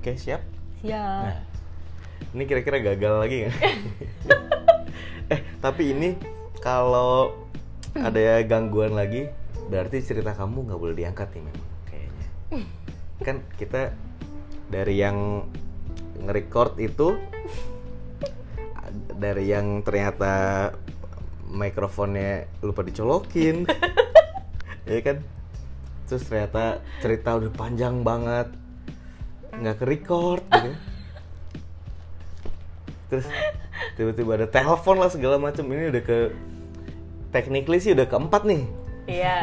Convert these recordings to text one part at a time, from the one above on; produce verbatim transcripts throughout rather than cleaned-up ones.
Oke, siap? Siap. Nah, ini kira-kira gagal lagi nggak? eh, tapi ini kalau ada gangguan lagi, berarti cerita kamu nggak boleh diangkat nih memang kayaknya. Kan kita dari yang nge-record itu, dari yang ternyata mikrofonnya lupa dicolokin, ya kan? Terus ternyata cerita udah panjang banget, nggak ke-record gitu. Terus tiba-tiba ada telepon lah segala macam. Ini udah ke technically sih udah keempat nih. Iya.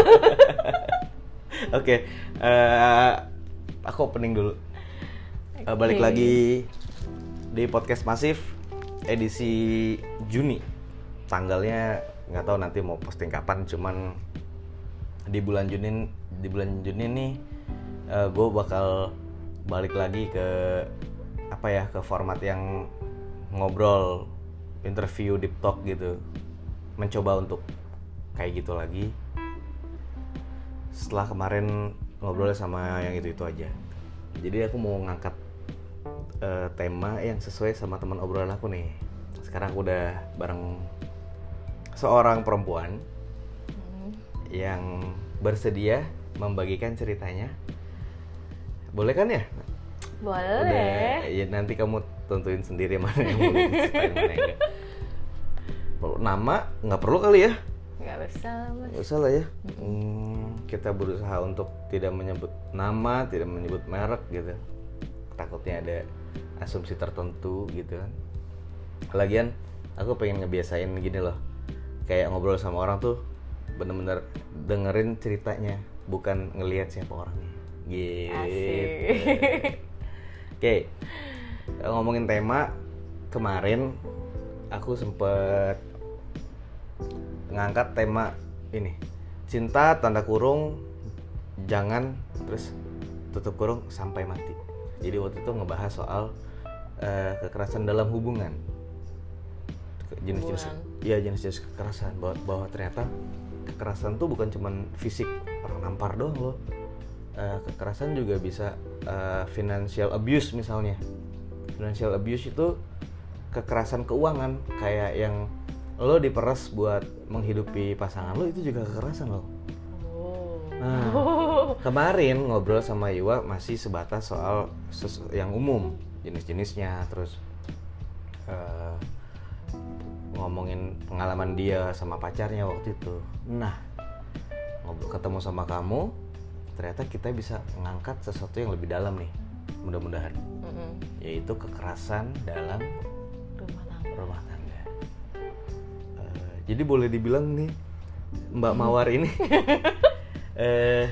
Oke, okay, uh, aku opening dulu. Uh, balik Okay. lagi di podcast Masif edisi Juni. Tanggalnya nggak tahu nanti mau posting kapan. Cuman di bulan Juni, di bulan Juni nih, uh, gue bakal balik lagi ke apa ya, ke format yang ngobrol, interview, deep talk gitu. Mencoba untuk kayak gitu lagi. Setelah kemarin ngobrol sama yang itu-itu aja. Jadi aku mau ngangkat uh, tema yang sesuai sama teman obrolan aku nih. Sekarang aku udah bareng seorang perempuan hmm. yang bersedia membagikan ceritanya. Boleh kan ya? Boleh. Udah, ya nanti kamu tentuin sendiri mana yang mau diceritain, mana yang enggak. Nama nggak perlu kali ya? Nggak usah lah, Mas. Nggak usah lah ya. Hmm, kita berusaha untuk tidak menyebut nama, tidak menyebut merek gitu. Takutnya ada asumsi tertentu gitu kan. Lagian aku pengen ngebiasain gini loh. Kayak ngobrol sama orang tuh bener-bener dengerin ceritanya, bukan ngelihat siapa orangnya. Gitu. Asik. Oke. Ngomongin tema, kemarin aku sempet ngangkat tema ini, cinta tanda kurung jangan terus tutup kurung sampai mati. Jadi waktu itu ngebahas soal uh, kekerasan dalam hubungan, jenis-jenis, ya jenis-jenis kekerasan, bahwa, bahwa ternyata kekerasan tuh bukan cuman fisik, orang nampar doang loh. Uh, kekerasan juga bisa uh, financial abuse misalnya. Financial abuse itu kekerasan keuangan, kayak yang lo diperes buat menghidupi pasangan lo, itu juga kekerasan lo. Oh. Nah, kemarin ngobrol sama Iwa masih sebatas soal ses- yang umum, jenis-jenisnya, terus uh, ngomongin pengalaman dia sama pacarnya waktu itu. Nah, ngobrol ketemu sama kamu, ternyata kita bisa mengangkat sesuatu yang lebih dalam nih, mudah-mudahan, mm-hmm. yaitu kekerasan dalam rumah tangga. Rumah tangga. Uh, jadi boleh dibilang nih, Mbak Mawar ini eh,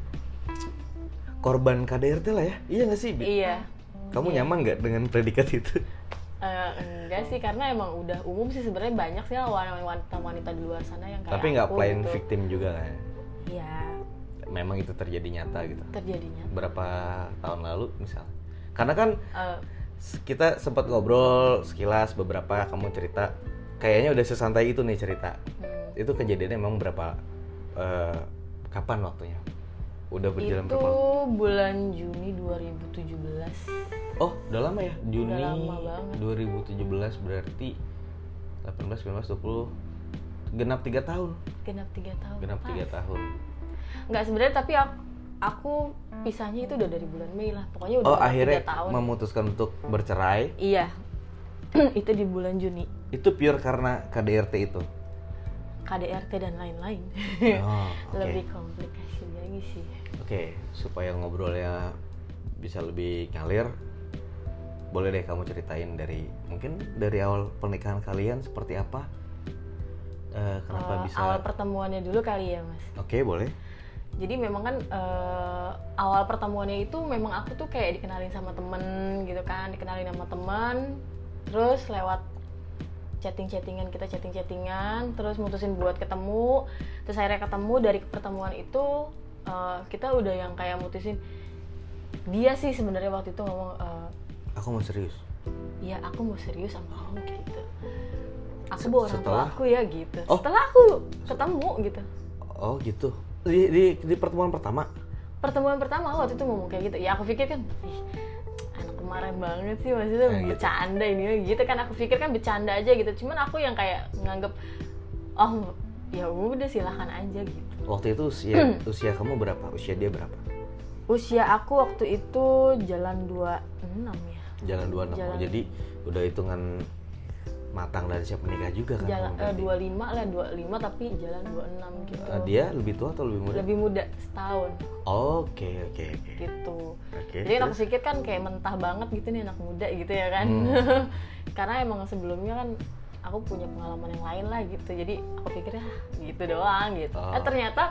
korban K D R T lah ya, iya nggak sih? Iya. Kamu iya. nyaman nggak dengan predikat itu? Uh, enggak sih, karena emang udah umum sih sebenarnya, banyak sih wanita-wanita di luar sana yang kayak tapi nggak aku plain gitu. victim juga kan? Iya. Memang itu terjadi nyata gitu. Terjadinya. Berapa tahun lalu misal? Karena kan Uh, kita sempat ngobrol sekilas beberapa, kamu cerita kayaknya udah sesantai itu nih cerita. Hmm. Itu kejadiannya memang berapa uh, kapan waktunya? Udah berjalan itu berapa? bulan Juni dua ribu tujuh belas. Oh, udah lama ya? Juni udah lama banget. dua ribu tujuh belas berarti delapan belas, sembilan belas, dua puluh, genap tiga tahun. Genap tiga tahun. Genap tiga tahun. Enggak sebenarnya, tapi aku, aku pisahnya itu udah dari bulan Mei lah. Pokoknya udah oh, akhirnya tiga tahun. Memutuskan untuk bercerai. Iya. Itu di bulan Juni. Itu pure karena K D R T itu. K D R T dan lain-lain. Oh, okay. Lebih komplikasi lagi sih. Oke, okay, supaya ngobrolnya bisa lebih ngalir, boleh deh kamu ceritain dari mungkin dari awal pernikahan kalian seperti apa? Uh, kenapa uh, bisa? Awal pertemuannya dulu kali ya, Mas. Oke, okay, boleh. Jadi memang kan uh, awal pertemuannya itu memang aku tuh kayak dikenalin sama temen gitu kan, dikenalin sama temen, terus lewat chatting-chattingan, kita chatting-chattingan, terus mutusin buat ketemu, terus akhirnya ketemu. Dari pertemuan itu uh, kita udah yang kayak mutusin, dia sih sebenarnya waktu itu ngomong, uh, aku mau serius. Iya, aku mau serius sama kamu gitu. Aku bawa orang tua aku ya gitu. Oh. Setelah aku ketemu gitu. Oh gitu. Di, di, di pertemuan pertama? Pertemuan pertama waktu itu ngomong kayak gitu. Ya aku pikir kan, ih, kemarin banget sih, maksudnya Nah, gitu. bercanda ini gitu kan, aku pikir kan bercanda aja gitu, cuman aku yang kayak nganggep oh ya udah silahkan aja gitu. Waktu itu usia usia kamu berapa? Usia dia berapa? Usia aku waktu itu jalan dua puluh enam ya. Jalan dua puluh enam. Jalan. Jadi udah hitungan matang dan siap menikah juga kan? Jalan kamu eh, berarti? dua puluh lima lah, dua puluh lima tapi jalan dua puluh enam gitu. Eh, dia lebih tua atau lebih muda? Lebih muda setahun Oke oke oke. gitu. Oke, Jadi aku terus? pikir kan kayak mentah banget gitu nih anak muda gitu ya kan. Hmm. Karena emang sebelumnya kan aku punya pengalaman yang lain lah gitu. Jadi aku pikir ah gitu doang gitu. Oh. Eh ternyata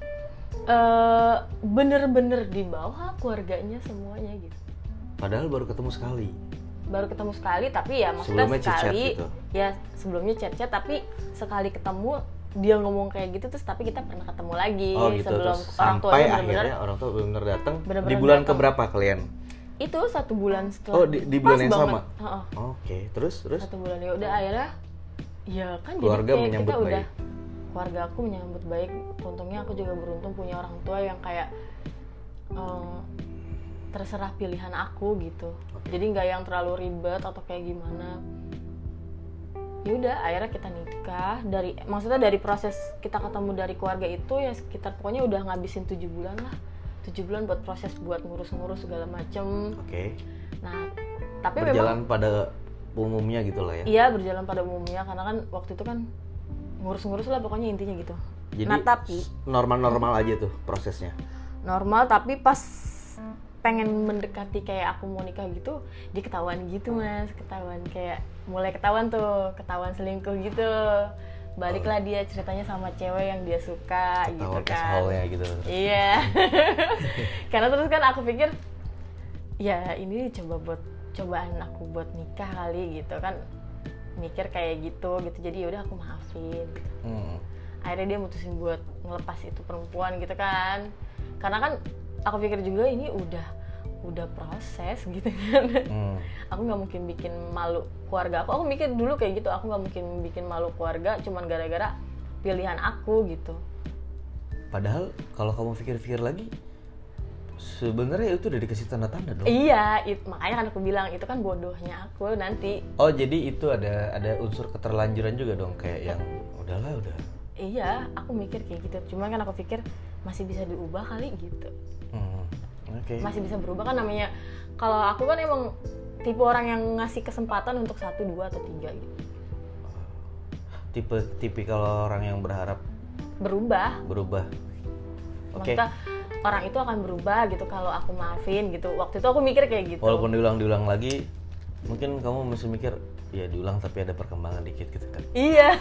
eh, bener-bener di bawah keluarganya semuanya gitu. Padahal baru ketemu sekali. Baru ketemu sekali tapi ya maksudnya Sebelumnya chat-chat sekali gitu? ya sebelumnya chat-chat tapi sekali ketemu dia ngomong kayak gitu terus tapi kita pernah ketemu lagi Oh gitu. sebelum Terus orang sampai tuanya benar-benar akhirnya orang tua benar-benar datang. Di Bener-bener bulan datang. keberapa kalian? itu satu bulan setelah. Oh di, di bulan Pas yang banget. sama. Heeh. Oke. Terus terus. Satu bulan ya udah akhirnya ya kan Keluarga jadi kayak menyambut kita udah baik. keluarga aku menyambut baik. Untungnya aku juga beruntung punya orang tua yang kayak eh, terserah pilihan aku gitu. Jadi nggak yang terlalu ribet atau kayak gimana. Ya udah akhirnya kita nikah. Dari maksudnya dari proses kita ketemu dari keluarga itu ya sekitar pokoknya udah ngabisin tujuh bulan lah. Tujuh bulan buat proses buat ngurus-ngurus segala macem. Oke. Nah tapi memang Berjalan pada umumnya gitu lah ya. iya berjalan pada umumnya karena kan waktu itu kan ngurus-ngurus lah pokoknya intinya gitu. Jadi Nah tapi normal-normal aja tuh prosesnya. normal tapi pas pengen mendekati kayak aku mau nikah gitu dia ketahuan gitu mas, ketahuan kayak mulai ketahuan tuh ketahuan selingkuh gitu. Baliklah dia ceritanya sama cewek yang dia suka gitu Ketahuan kan. asshole-nya gitu. Iya. Karena terus kan aku pikir ya ini coba buat cobaan aku buat nikah kali gitu kan, mikir kayak gitu gitu. Jadi yaudah aku maafin. Hmm. Akhirnya dia mutusin buat ngelepas itu perempuan gitu kan. Karena kan aku pikir juga ini udah udah proses gitu kan. Hmm. Aku nggak mungkin bikin malu keluarga aku. Aku mikir dulu kayak gitu. Aku nggak mungkin bikin malu keluarga cuman gara-gara pilihan aku gitu. Padahal kalau kamu pikir-pikir lagi, sebenarnya itu udah dikasih tanda-tanda dong. Iya, it, makanya kan aku bilang itu kan bodohnya aku nanti. Oh jadi itu ada ada unsur keterlanjuran juga dong kayak yang udahlah udah. Iya, aku mikir kayak gitu. Cuma kan aku pikir masih bisa diubah kali gitu. Hmm. Oke. Masih bisa berubah kan namanya. Kalau aku kan emang tipe orang yang ngasih kesempatan untuk satu, dua atau tiga gitu. Tipe tipikal orang yang berharap Berubah. berubah. Oke. Maksudnya orang itu akan berubah gitu kalau aku maafin gitu. Waktu itu aku mikir kayak gitu. Walaupun diulang-diulang lagi, mungkin kamu masih mikir ya diulang tapi ada perkembangan dikit gitu kan. Iya.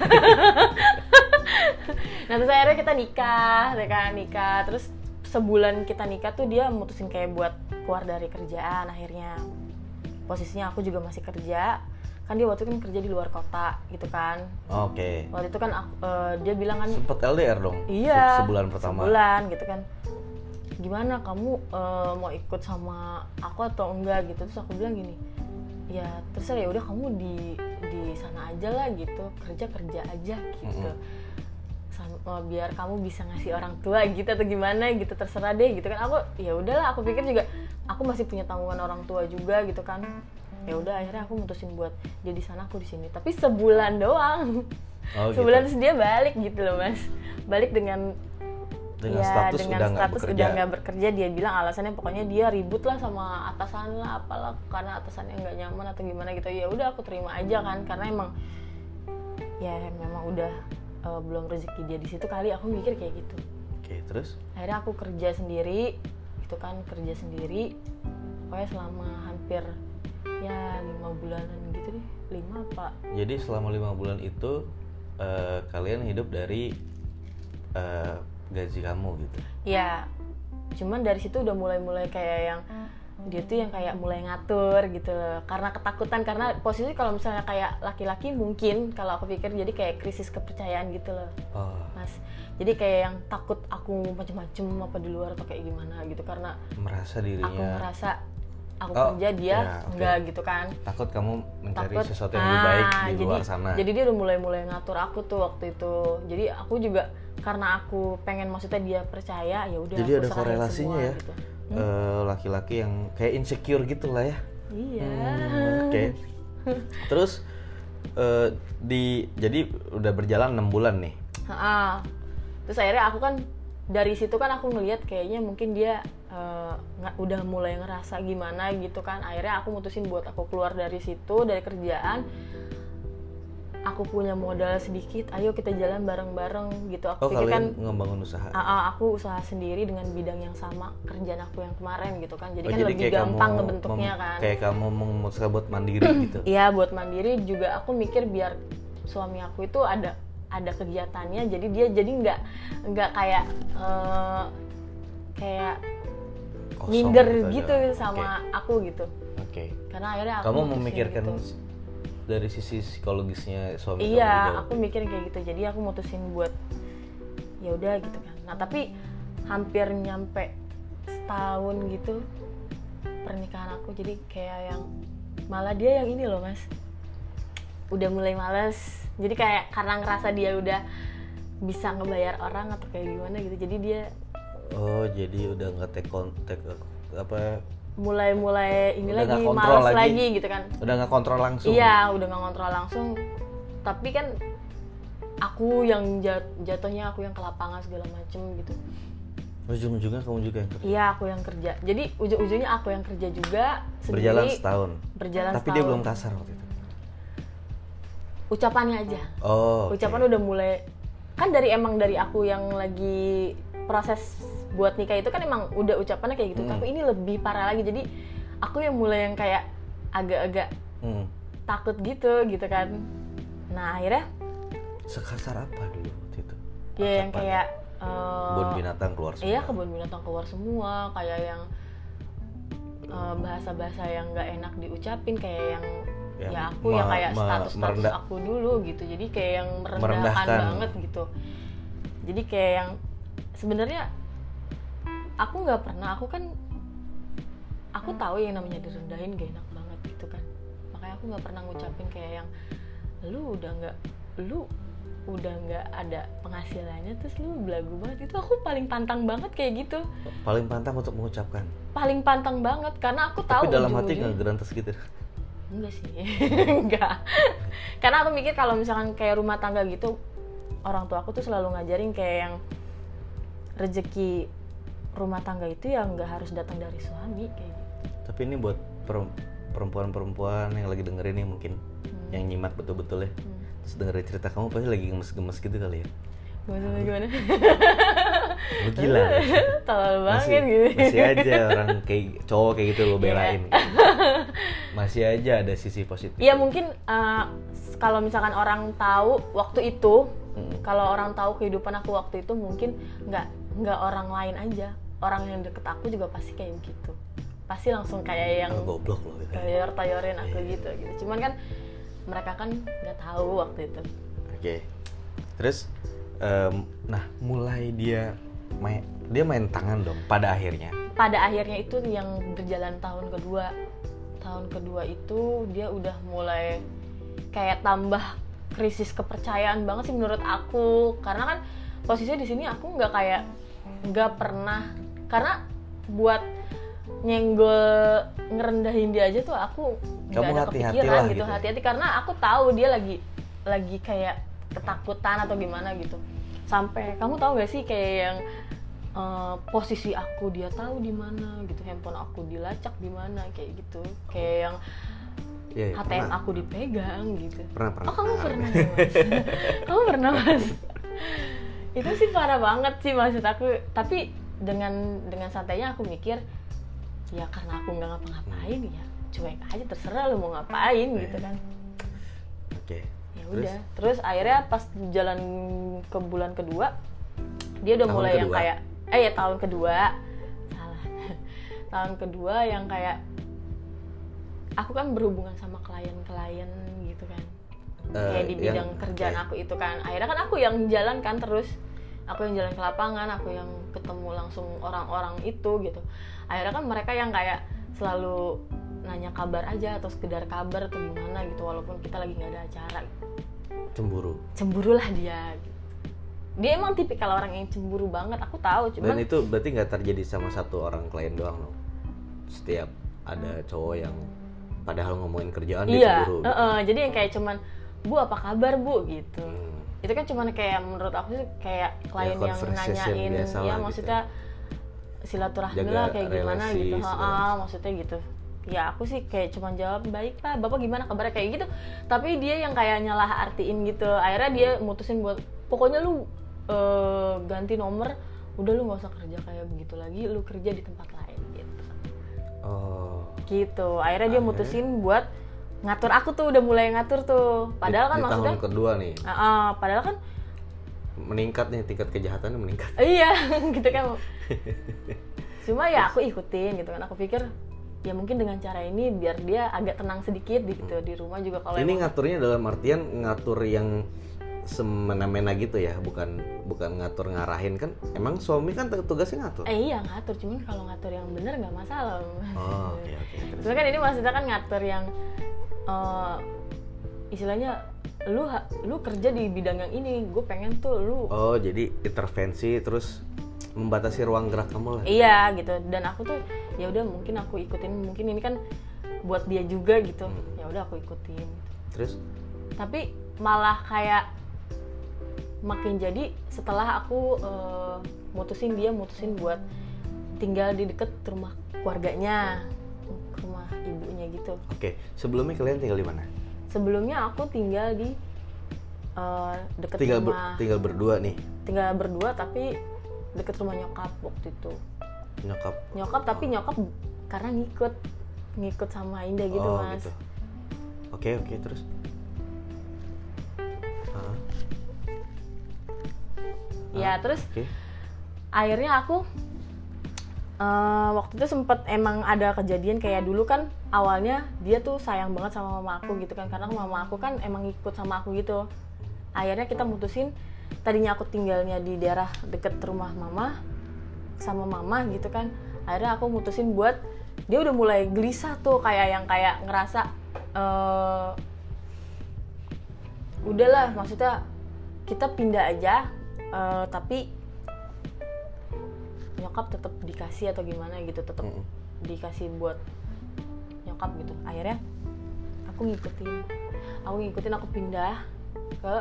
Nah terus akhirnya kita nikah, ya kan nikah. Terus sebulan kita nikah tuh dia mutusin kayak buat keluar dari kerjaan akhirnya. Posisinya aku juga masih kerja. Kan dia waktu itu kan kerja di luar kota gitu kan. Oke. Waktu itu kan aku, eh, dia bilang kan Sempet L D R dong. iya. se- Sebulan pertama. Sebulan gitu kan. Gimana kamu eh, mau ikut sama aku atau enggak gitu. Terus aku bilang gini, ya terserah ya udah kamu di di sana aja lah gitu, kerja kerja aja gitu. Sama, biar kamu bisa ngasih orang tua gitu atau gimana gitu, terserah deh gitu kan. Aku ya udahlah, aku pikir juga aku masih punya tanggungan orang tua juga gitu kan. Ya udah akhirnya aku mutusin buat dia di sana aku di sini. Tapi sebulan doang. Oh, Sebulan gitu. terus dia balik gitu loh mas. Balik dengan Dengan ya, status dengan udah nggak status bekerja. udah nggak bekerja. Dia bilang alasannya pokoknya dia ribut lah sama atasan lah apalah karena atasannya nggak nyaman atau gimana gitu. Ya udah aku terima aja kan karena emang ya memang udah uh, belum rezeki dia di situ kali. Aku mikir kayak gitu. Oke, terus? Akhirnya aku kerja sendiri itu kan, kerja sendiri pokoknya selama hampir ya lima bulanan gitu deh, lima apa. Jadi selama lima bulan itu eh, kalian hidup dari eh, gaji kamu gitu. Ya, cuman dari situ udah mulai-mulai kayak yang dia tuh yang kayak mulai ngatur gitu loh. Karena ketakutan, karena posisi kalau misalnya kayak laki-laki mungkin kalau aku pikir jadi kayak krisis kepercayaan gitu loh, Oh, Mas. Jadi kayak yang takut aku macem-macem apa di luar atau kayak gimana gitu karena merasa aku dirinya ngerasa aku Oh, kerja dia ya, oke. enggak gitu kan. takut kamu mencari Takut, sesuatu yang lebih baik ah, di jadi, luar sana. Jadi dia udah mulai-mulai ngatur aku tuh waktu itu. Jadi aku juga karena aku pengen maksudnya dia percaya ya udah Jadi aku ada serahin korelasinya semua, ya. gitu. Eh, laki-laki yang kayak insecure gitu lah ya. Iya. Hmm, Oke. Okay. Terus uh, di jadi udah berjalan enam bulan nih. Ha-ha. Terus akhirnya aku kan dari situ kan aku ngelihat kayaknya mungkin dia uh, nggak udah mulai ngerasa gimana gitu kan. Akhirnya aku mutusin buat aku keluar dari situ, dari kerjaan. Aku punya modal sedikit, ayo kita jalan bareng-bareng gitu. Aku Oh, pikir kan kalian ngebangun usaha. Aa, aku usaha sendiri dengan bidang yang sama kerjaan aku yang kemarin gitu kan. Jadi Oh, kan jadi lebih kayak gampang kamu ngebentuknya mem- kan. Kayak kamu memutuskan buat mandiri gitu. Iya, buat mandiri juga aku mikir biar suami aku itu ada ada kegiatannya. Jadi dia jadi nggak nggak kayak uh, kayak Kosong minder gitu gitu aja. sama aku gitu. Oke. Okay. Karena akhirnya aku Kamu mutusin memikirkan gitu. dari sisi psikologisnya suami kamu Iya, juga. aku mikirin kayak gitu. Jadi aku mutusin buat ya udah gitu kan. Nah, tapi hampir nyampe setahun gitu pernikahan aku. Jadi kayak yang malah dia yang ini loh, Mas. Udah mulai males. Jadi kayak karena ngerasa dia udah bisa ngebayar orang atau kayak gimana gitu. Jadi dia Oh, jadi udah nggak take kontak apa? mulai-mulai ini Udah lagi nggak kontrol males lagi. lagi gitu kan. Udah nggak kontrol langsung. Iya, udah nggak kontrol langsung. Tapi kan aku yang jat- jatuhnya aku yang ke lapangan segala macem gitu. Ujung-ujungnya kamu juga yang kerja. Iya, aku yang kerja. Jadi ujung-ujungnya aku yang kerja juga sendiri. Berjalan setahun. Berjalan Tapi setahun. dia belum kasar waktu itu. Ucapannya aja. Oh. oke. Ucapan udah mulai kan dari emang dari aku yang lagi proses buat nikah itu kan emang udah ucapannya kayak gitu. Hmm. Tapi ini lebih parah lagi. Jadi aku yang mulai yang kayak agak-agak Hmm. takut gitu gitu kan. Nah, akhirnya Sekasar apa dulu waktu itu? ya yang Ucapannya? kayak uh, Kebun binatang keluar semua. iya, kebun binatang keluar semua, kayak yang uh, bahasa-bahasa yang nggak enak diucapin, kayak yang Yang ya aku me- yang kayak me- status-status merendah- aku dulu gitu. Jadi kayak yang merendahkan, Merendahkan. banget gitu. Jadi kayak yang sebenarnya aku nggak pernah, aku kan aku tahu yang namanya direndahin gak enak banget gitu kan. Makanya aku nggak pernah ngucapin kayak yang lu udah nggak lu udah nggak ada penghasilannya terus lu belagu banget. Itu aku paling pantang banget kayak gitu, Paling pantang untuk mengucapkan. paling pantang banget karena aku tahu Tapi dalam hati ujung-ujungnya- nggak gerantes gitu. enggak sih. Enggak, karena aku mikir kalau misalkan kayak rumah tangga gitu, orang tua aku tuh selalu ngajarin kayak yang rezeki rumah tangga itu ya nggak harus datang dari suami kayak gitu. Tapi ini buat per- perempuan-perempuan yang lagi dengerin nih mungkin, Hmm. yang nyimak betul-betul ya. Hmm. Terus dengerin cerita kamu pasti lagi gemes-gemes gitu kali ya. Gimana gimana? Lu gila. Tolol masih, banget gitu. masih aja orang kayak cowok kayak gitu lo belain. Iya. Masih aja ada sisi positif. Iya mungkin uh, kalau misalkan orang tahu waktu itu, Mm. kalau orang tahu kehidupan aku waktu itu mungkin nggak nggak orang lain aja, orang yang deket aku juga pasti kayak begitu, pasti langsung kayak yang Oh, goblok loh gitu. tayor-tayorin aku Iya. gitu gitu. Cuman kan mereka kan nggak tahu waktu itu. Oke. Terus em, nah mulai dia main dia main tangan dong pada akhirnya. Pada akhirnya itu yang berjalan tahun kedua, tahun kedua itu dia udah mulai kayak tambah krisis kepercayaan banget sih menurut aku, karena kan posisinya di sini aku nggak kayak nggak pernah, karena buat nyenggol ngerendahin dia aja tuh aku nggak Kamu ada hati-hati kepikiran lah gitu, gitu. hati-hati karena aku tahu dia lagi lagi kayak ketakutan atau gimana gitu. Sampai kamu tahu gak sih kayak yang uh, posisi aku dia tahu di mana gitu, handphone aku dilacak di mana kayak gitu, kayak yang Iya, iya, H T M pernah. aku dipegang gitu. Pernah, pernah. Oh kamu pernah ya, Mas? Kamu pernah Mas? Itu sih parah banget sih maksud aku. Tapi dengan dengan santainya aku mikir ya karena aku nggak ngapa-ngapain ya cuek aja, terserah lu mau ngapain gitu kan. Oke. Ya Terus? udah. Terus akhirnya pas jalan ke bulan kedua dia udah Tahun mulai yang kedua? kayak eh ya tahun kedua salah tahun kedua yang kayak aku kan berhubungan sama klien-klien gitu kan, Eh, kayak di bidang yang- kerjaan oke. aku itu kan. Akhirnya kan aku yang jalan kan terus, aku yang jalan ke lapangan, aku yang ketemu langsung orang-orang itu gitu. Akhirnya kan mereka yang kayak selalu nanya kabar aja atau sekedar kabar atau gimana gitu, walaupun kita lagi nggak ada acara. Cemburu. Cemburu lah dia gitu. Dia emang tipikal orang yang cemburu banget, aku tahu, cuman Dan itu berarti nggak terjadi sama satu orang klien doang loh. Setiap ada cowok yang Padahal ngomongin kerjaan dia iya, cemburu. uh, uh, jadi yang kayak cuman bu apa kabar bu gitu. Hmm. Itu kan cuman kayak menurut aku sih kayak klien Ya, yang conversation nanyain biasa ya lah maksudnya silaturahmi Jaga lah kayak gimana relasi gitu. segala Heeh, macam. maksudnya gitu. Ya aku sih kayak cuman jawab baik pak, bapak gimana kabarnya kayak gitu. Tapi dia yang kayak nyalah artiin gitu. Akhirnya dia mutusin buat pokoknya lu uh, ganti nomor, udah lu nggak usah kerja kayak begitu lagi, lu kerja di tempat lain gitu. Oh. Gitu. Akhirnya dia Akhirnya? mutusin buat ngatur aku tuh, udah mulai ngatur tuh. Padahal Di- kan di maksudnya tahun kedua nih uh, uh, padahal kan meningkat nih tingkat kejahatannya meningkat. iya gitu kan. Cuma ya aku ikutin gitu kan. Aku pikir ya mungkin dengan cara ini biar dia agak tenang sedikit gitu di rumah juga kalau Ini emang- ngaturnya dalam artian ngatur yang semena-mena gitu ya, bukan bukan ngatur ngarahin kan. Emang suami kan tugasnya ngatur. eh iya ngatur, cuman kalau ngatur yang benar nggak masalah. Oh, oke oke. Terus? Cuma kan ini maksudnya kan ngatur yang eh, istilahnya lu ha- lu kerja di bidang yang ini, gue pengen tuh lu Oh, jadi intervensi terus membatasi ruang gerak kamu lah. iya gitu. Dan aku tuh ya udah mungkin aku ikutin, mungkin ini kan buat dia juga gitu. Hmm. Ya udah aku ikutin. Terus Tapi malah kayak makin jadi setelah aku uh, mutusin dia mutusin buat tinggal di deket rumah keluarganya, rumah ibunya gitu. oke, sebelumnya kalian tinggal di mana? Sebelumnya aku tinggal di uh, deket Tinggal ber- rumah tinggal berdua nih. tinggal berdua tapi deket rumah nyokap waktu itu. Nyokap. Nyokap tapi nyokap karena ngikut ngikut sama Indah gitu Oh, mas. gitu. Oke, oke, terus. Hah? Ya Hah? terus Oke. akhirnya aku uh, waktu itu sempet emang ada kejadian kayak dulu kan awalnya dia tuh sayang banget sama mama aku gitu kan, karena mama aku kan emang ikut sama aku gitu. Akhirnya kita mutusin, tadinya aku tinggalnya di daerah deket rumah mama sama mama gitu kan. Akhirnya aku mutusin buat, dia udah mulai gelisah tuh kayak yang kayak ngerasa uh, udahlah maksudnya kita pindah aja, uh, tapi nyokap tetap dikasih atau gimana gitu, tetap Mm-mm. dikasih buat nyokap gitu. Akhirnya aku ngikutin aku ngikutin aku pindah ke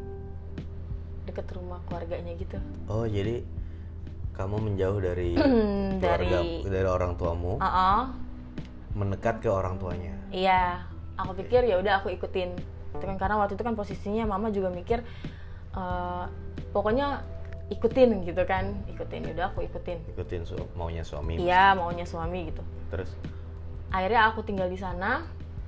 deket rumah keluarganya gitu. Oh, jadi kamu menjauh dari Dari keluarga, dari orang tuamu, uh-uh, mendekat ke orang tuanya. iya, aku pikir ya udah aku ikutin. Itu kan karena waktu itu kan posisinya mama juga mikir uh, pokoknya ikutin gitu kan, ikutin. Ya udah aku ikutin. Ikutin su- maunya suami. Iya, maunya suami gitu. Terus Akhirnya aku tinggal di sana,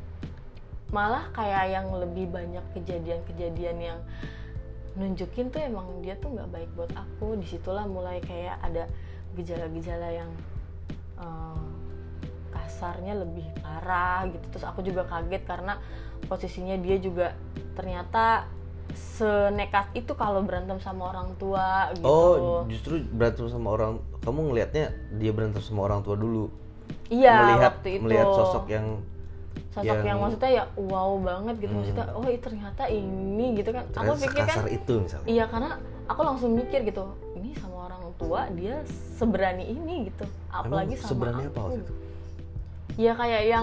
malah kayak yang lebih banyak kejadian-kejadian yang nunjukin tuh emang dia tuh nggak baik buat aku. Disitulah mulai kayak ada gejala-gejala yang uh, kasarnya lebih parah gitu. Terus aku juga kaget karena posisinya dia juga ternyata senekat itu kalau berantem sama orang tua gitu. oh, justru berantem sama orang, kamu ngelihatnya dia berantem sama orang tua dulu. Iya, melihat waktu itu melihat sosok yang sosok yang, yang- maksudnya ya wow banget gitu. Hmm. Maksudnya oh iya ternyata ini gitu kan. ternyata Aku pikir kan sekasar itu misalnya. iya, karena aku langsung mikir gitu, ini sama orang tua dia seberani ini gitu, apalagi Emang sama seberani aku. apa waktu itu? Ya kayak yang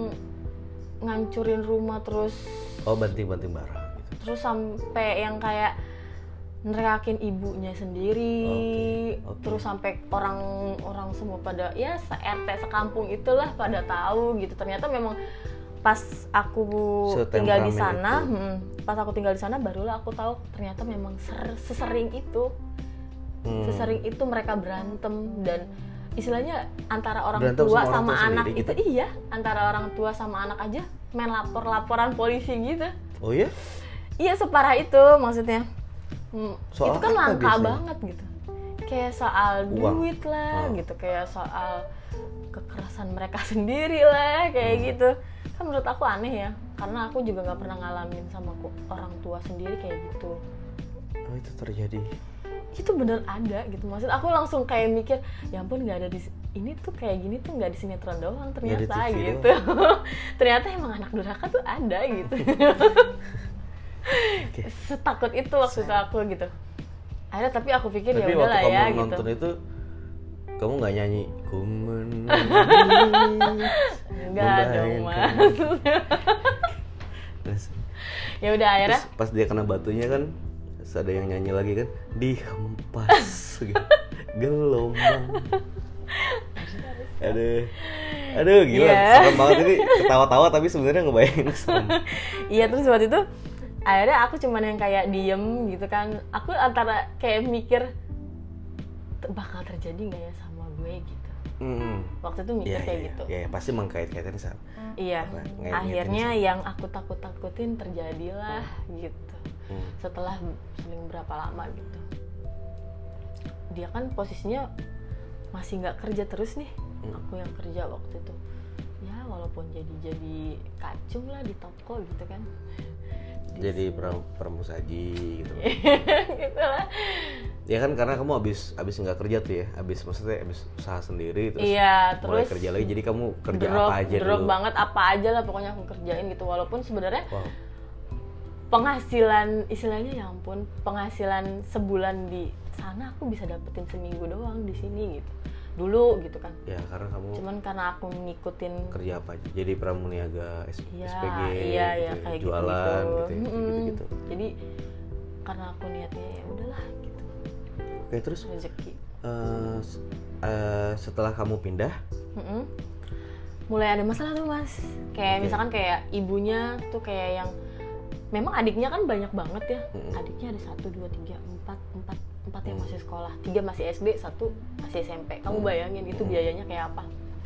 ngancurin rumah terus Oh, banting-banting barang gitu. terus sampai yang kayak neriakin ibunya sendiri. Oke, oke. Terus sampai orang-orang semua pada ya se-R T sekampung itulah pada tahu gitu. Ternyata memang pas aku tinggal di Setemperamen sana, itu. hmm, pas aku tinggal di sana barulah aku tahu ternyata memang ser- sesering itu, Hmm. sesering itu mereka berantem. Dan istilahnya antara orang Berantem tua sama orang sama, tua anak sendiri itu gitu? iya, antara orang tua sama anak aja main lapor-laporan polisi gitu. Oh ya? Iya, separah itu maksudnya. Hmm, Soal itu kan apa langka biasanya? banget gitu. Kayak soal Uang. duit lah Oh. gitu, kayak soal kekerasan mereka sendiri lah kayak Hmm. gitu. Kan menurut aku aneh ya, karena aku juga nggak pernah ngalamin sama ku- orang tua sendiri kayak gitu. Oh, itu terjadi. Itu bener ada gitu. Maksud aku langsung kayak mikir, ya ampun nggak ada di si- ini tuh kayak gini tuh nggak di sinetron doang ternyata T V gitu. Ternyata emang anak durhaka tuh ada gitu. Oke. Setakut itu waktu itu aku gitu. Akhirnya tapi aku pikir ya Tapi udahlah waktu ya kamu gitu. nonton itu kamu nggak nyanyi ku menangis Enggak dong mas. Terus, Ya udah akhirnya terus pas dia kena batunya kan terus ada yang nyanyi lagi kan dihempas gitu. Gelombang. Aduh, aduh gila, Yeah. serem banget ini ketawa-tawa tapi sebenarnya ngebayangin serem. iya terus waktu itu akhirnya aku cuman yang kayak diem gitu kan. Aku antara kayak mikir bakal terjadi nggak ya sama gue gitu. Hmm. Waktu itu mikir Iya, kayak iya, gitu. iya, pasti mengkait-kaitin sama. Iya. Apa, ngait-ngaitin Akhirnya sama. yang aku takut-takutin terjadilah gitu. Hmm. Setelah seling berapa lama gitu. Dia kan posisinya masih nggak kerja terus nih. Hmm. Aku yang kerja waktu itu. Ya walaupun jadi-jadi kacung lah di toko gitu kan. Jadi per- permusaji gitu. Gitu lah. Ya kan karena kamu abis abis nggak kerja tuh ya, abis maksudnya abis usaha sendiri terus Iya, mulai terus kerja lagi, jadi kamu kerja drop, apa aja drop dulu? banget apa aja lah pokoknya aku kerjain gitu. Walaupun sebenarnya Wow. penghasilan istilahnya ya ampun, penghasilan sebulan di sana aku bisa dapetin seminggu doang di sini gitu. Dulu gitu kan. Ya karena kamu Cuman karena aku ngikutin kerja apa aja? Jadi pramuniaga, S- Iya, SPG, iya, gitu iya, ya, kayak jualan gitu, gitu, ya, Mm-mm. gitu-gitu. Jadi karena aku niatnya ya udahlah gitu, Oke terus rezeki. eh, s- eh, setelah kamu pindah, Mm-mm. Mulai ada masalah tuh mas. Kayak Oke. misalkan kayak ibunya tuh kayak yang memang adiknya kan banyak banget ya. Mm-mm. Adiknya ada satu, dua, tiga, empat, empat, empat yang Mm. masih sekolah, tiga masih S D, satu masih S M P. Kamu Mm. bayangin itu Mm. biayanya kayak apa?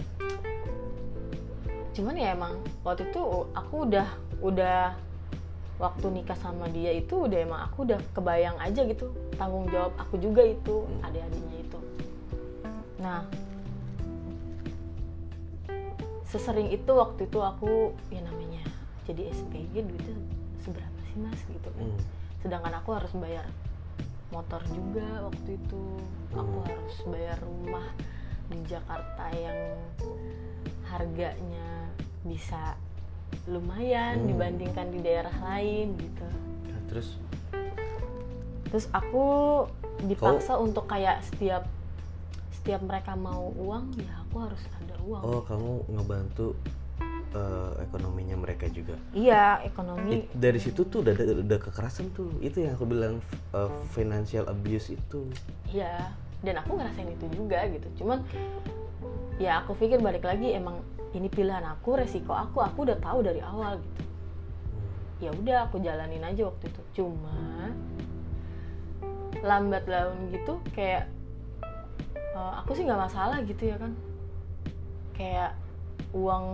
Cuman ya emang waktu itu aku udah udah waktu nikah sama dia itu udah emang aku udah kebayang aja gitu tanggung jawab aku juga itu Hmm. adik-adiknya itu. Nah sesering itu waktu itu aku ya namanya jadi S P G duitnya seberapa sih mas gitu kan. Hmm. Sedangkan aku harus bayar motor juga waktu itu, aku Hmm. harus bayar rumah di Jakarta yang harganya bisa lumayan Hmm. dibandingkan di daerah lain gitu. Nah, terus Terus aku dipaksa untuk kayak setiap setiap mereka mau uang ya aku harus ada uang. oh kamu ngebantu eh, ekonominya mereka juga. Iya ekonomi. It- dari situ tuh udah, udah udah kekerasan tuh, itu yang aku bilang eh, financial abuse itu. Iya, dan aku ngerasain itu juga gitu. Cuman ya aku pikir balik lagi emang ini pilihan aku, resiko aku, aku udah tahu dari awal gitu. Ya udah aku jalanin aja waktu itu. Cuma lambat laun gitu kayak uh, aku sih nggak masalah gitu ya kan. Kayak uang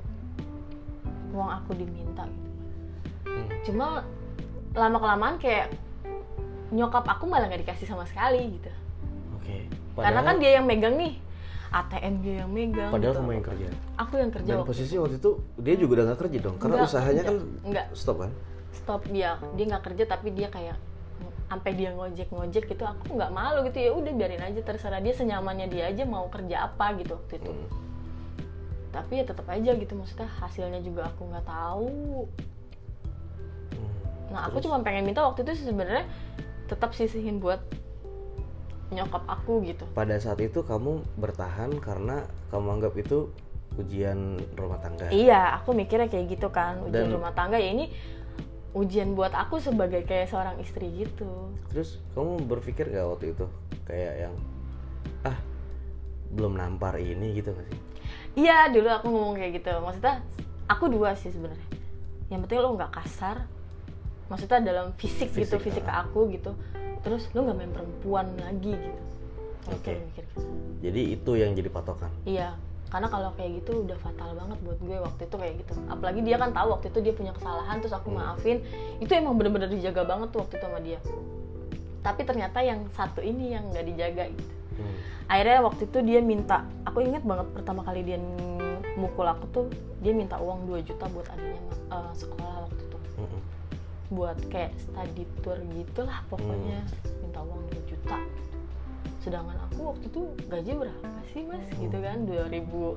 uang aku diminta gitu. Hmm. Cuma lama kelamaan kayak nyokap aku malah nggak dikasih sama sekali gitu. Oke. Karena kan dia yang megang nih, A T M dia yang megang. Padahal gitu. kamu yang kerja. Aku yang kerja. Dan waktu posisi itu. waktu itu dia juga udah nggak kerja dong, karena Enggak, usahanya enggak, kan enggak. stop kan? Stop dia, dia nggak kerja tapi dia kayak sampai dia ngojek ngojek gitu. Aku nggak malu gitu ya, udah biarin aja terserah dia senyamannya dia aja mau kerja apa gitu waktu itu. Hmm. Tapi ya tetap aja gitu maksudnya hasilnya juga aku nggak tahu. Hmm. Nah aku Terus? cuma pengen minta waktu itu sebenarnya tetap sisihin buat nyokap aku gitu. Pada saat itu kamu bertahan karena kamu anggap itu ujian rumah tangga. Iya, aku mikirnya kayak gitu kan, ujian Dan- rumah tangga ya ini ujian buat aku sebagai kayak seorang istri gitu. Terus kamu berpikir gak waktu itu kayak yang ah belum nampar ini gitu nggak sih? Iya, dulu aku ngomong kayak gitu. Maksudnya aku dua sih sebenarnya. Yang penting lo nggak kasar. Maksudnya dalam fisik, gitu, Fisik, fisik ke ah. aku gitu. Terus lo nggak main perempuan lagi gitu. Aku Oke. mikir gitu. Jadi itu yang jadi patokan. Iya, karena kalau kayak gitu udah fatal banget buat gue waktu itu kayak gitu. Apalagi dia kan tahu waktu itu dia punya kesalahan, terus aku Hmm. maafin. Itu emang bener-bener dijaga banget tuh waktu itu sama dia. Tapi ternyata yang satu ini yang nggak dijaga gitu. Hmm. Akhirnya waktu itu dia minta, aku ingat banget pertama kali dia mukul aku tuh, dia minta uang dua juta buat adiknya uh, sekolah waktu itu. Mm-mm. Buat kayak study tour gitulah pokoknya, minta uang dua juta. Sedangkan aku waktu itu gaji berapa sih mas? Gitu kan, dua ribu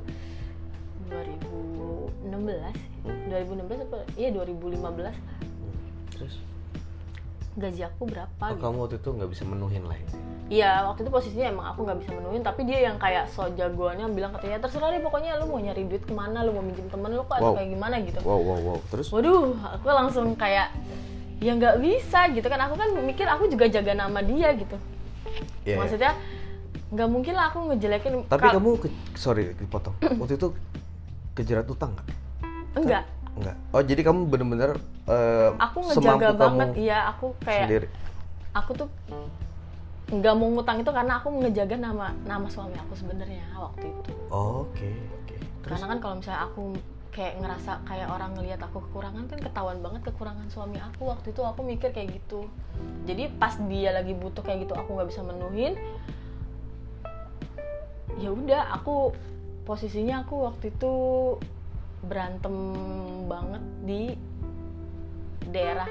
enam belas Hmm. dua ribu enam belas apa? Iya dua ribu lima belas lah. Hmm. Terus gaji aku berapa Oh, gitu. kamu waktu itu nggak bisa menuhin lah ini. Iya, waktu itu posisinya emang aku nggak bisa menuhin, tapi dia yang kayak so jagoannya bilang katanya terserah deh pokoknya lu mau nyari duit kemana, lu mau minjem temen lu kok atau Wow. kayak gimana gitu. Wow, wow, wow. Terus? Waduh, aku langsung kayak ya nggak bisa gitu kan, aku kan mikir aku juga jaga nama dia gitu. Iya, iya. Maksudnya nggak mungkin lah aku ngejelekin. Tapi kal- kamu, ke, sorry dipotong. Waktu itu kejerat utang nggak? enggak, Enggak. Oh, jadi kamu bener-bener eh, aku semampu ngejaga banget, kamu iya aku kayak sendiri. aku tuh nggak mau ngutang itu karena aku ngejaga nama nama suami aku sebenarnya waktu itu. Oh, oke, oke. Terus? Karena kan kalau misalnya aku kayak ngerasa kayak orang ngelihat aku kekurangan kan ketahuan banget kekurangan suami aku. Waktu itu aku mikir kayak gitu. Jadi pas dia lagi butuh kayak gitu aku nggak bisa menuhin. Ya udah, aku posisinya aku waktu itu berantem banget di daerah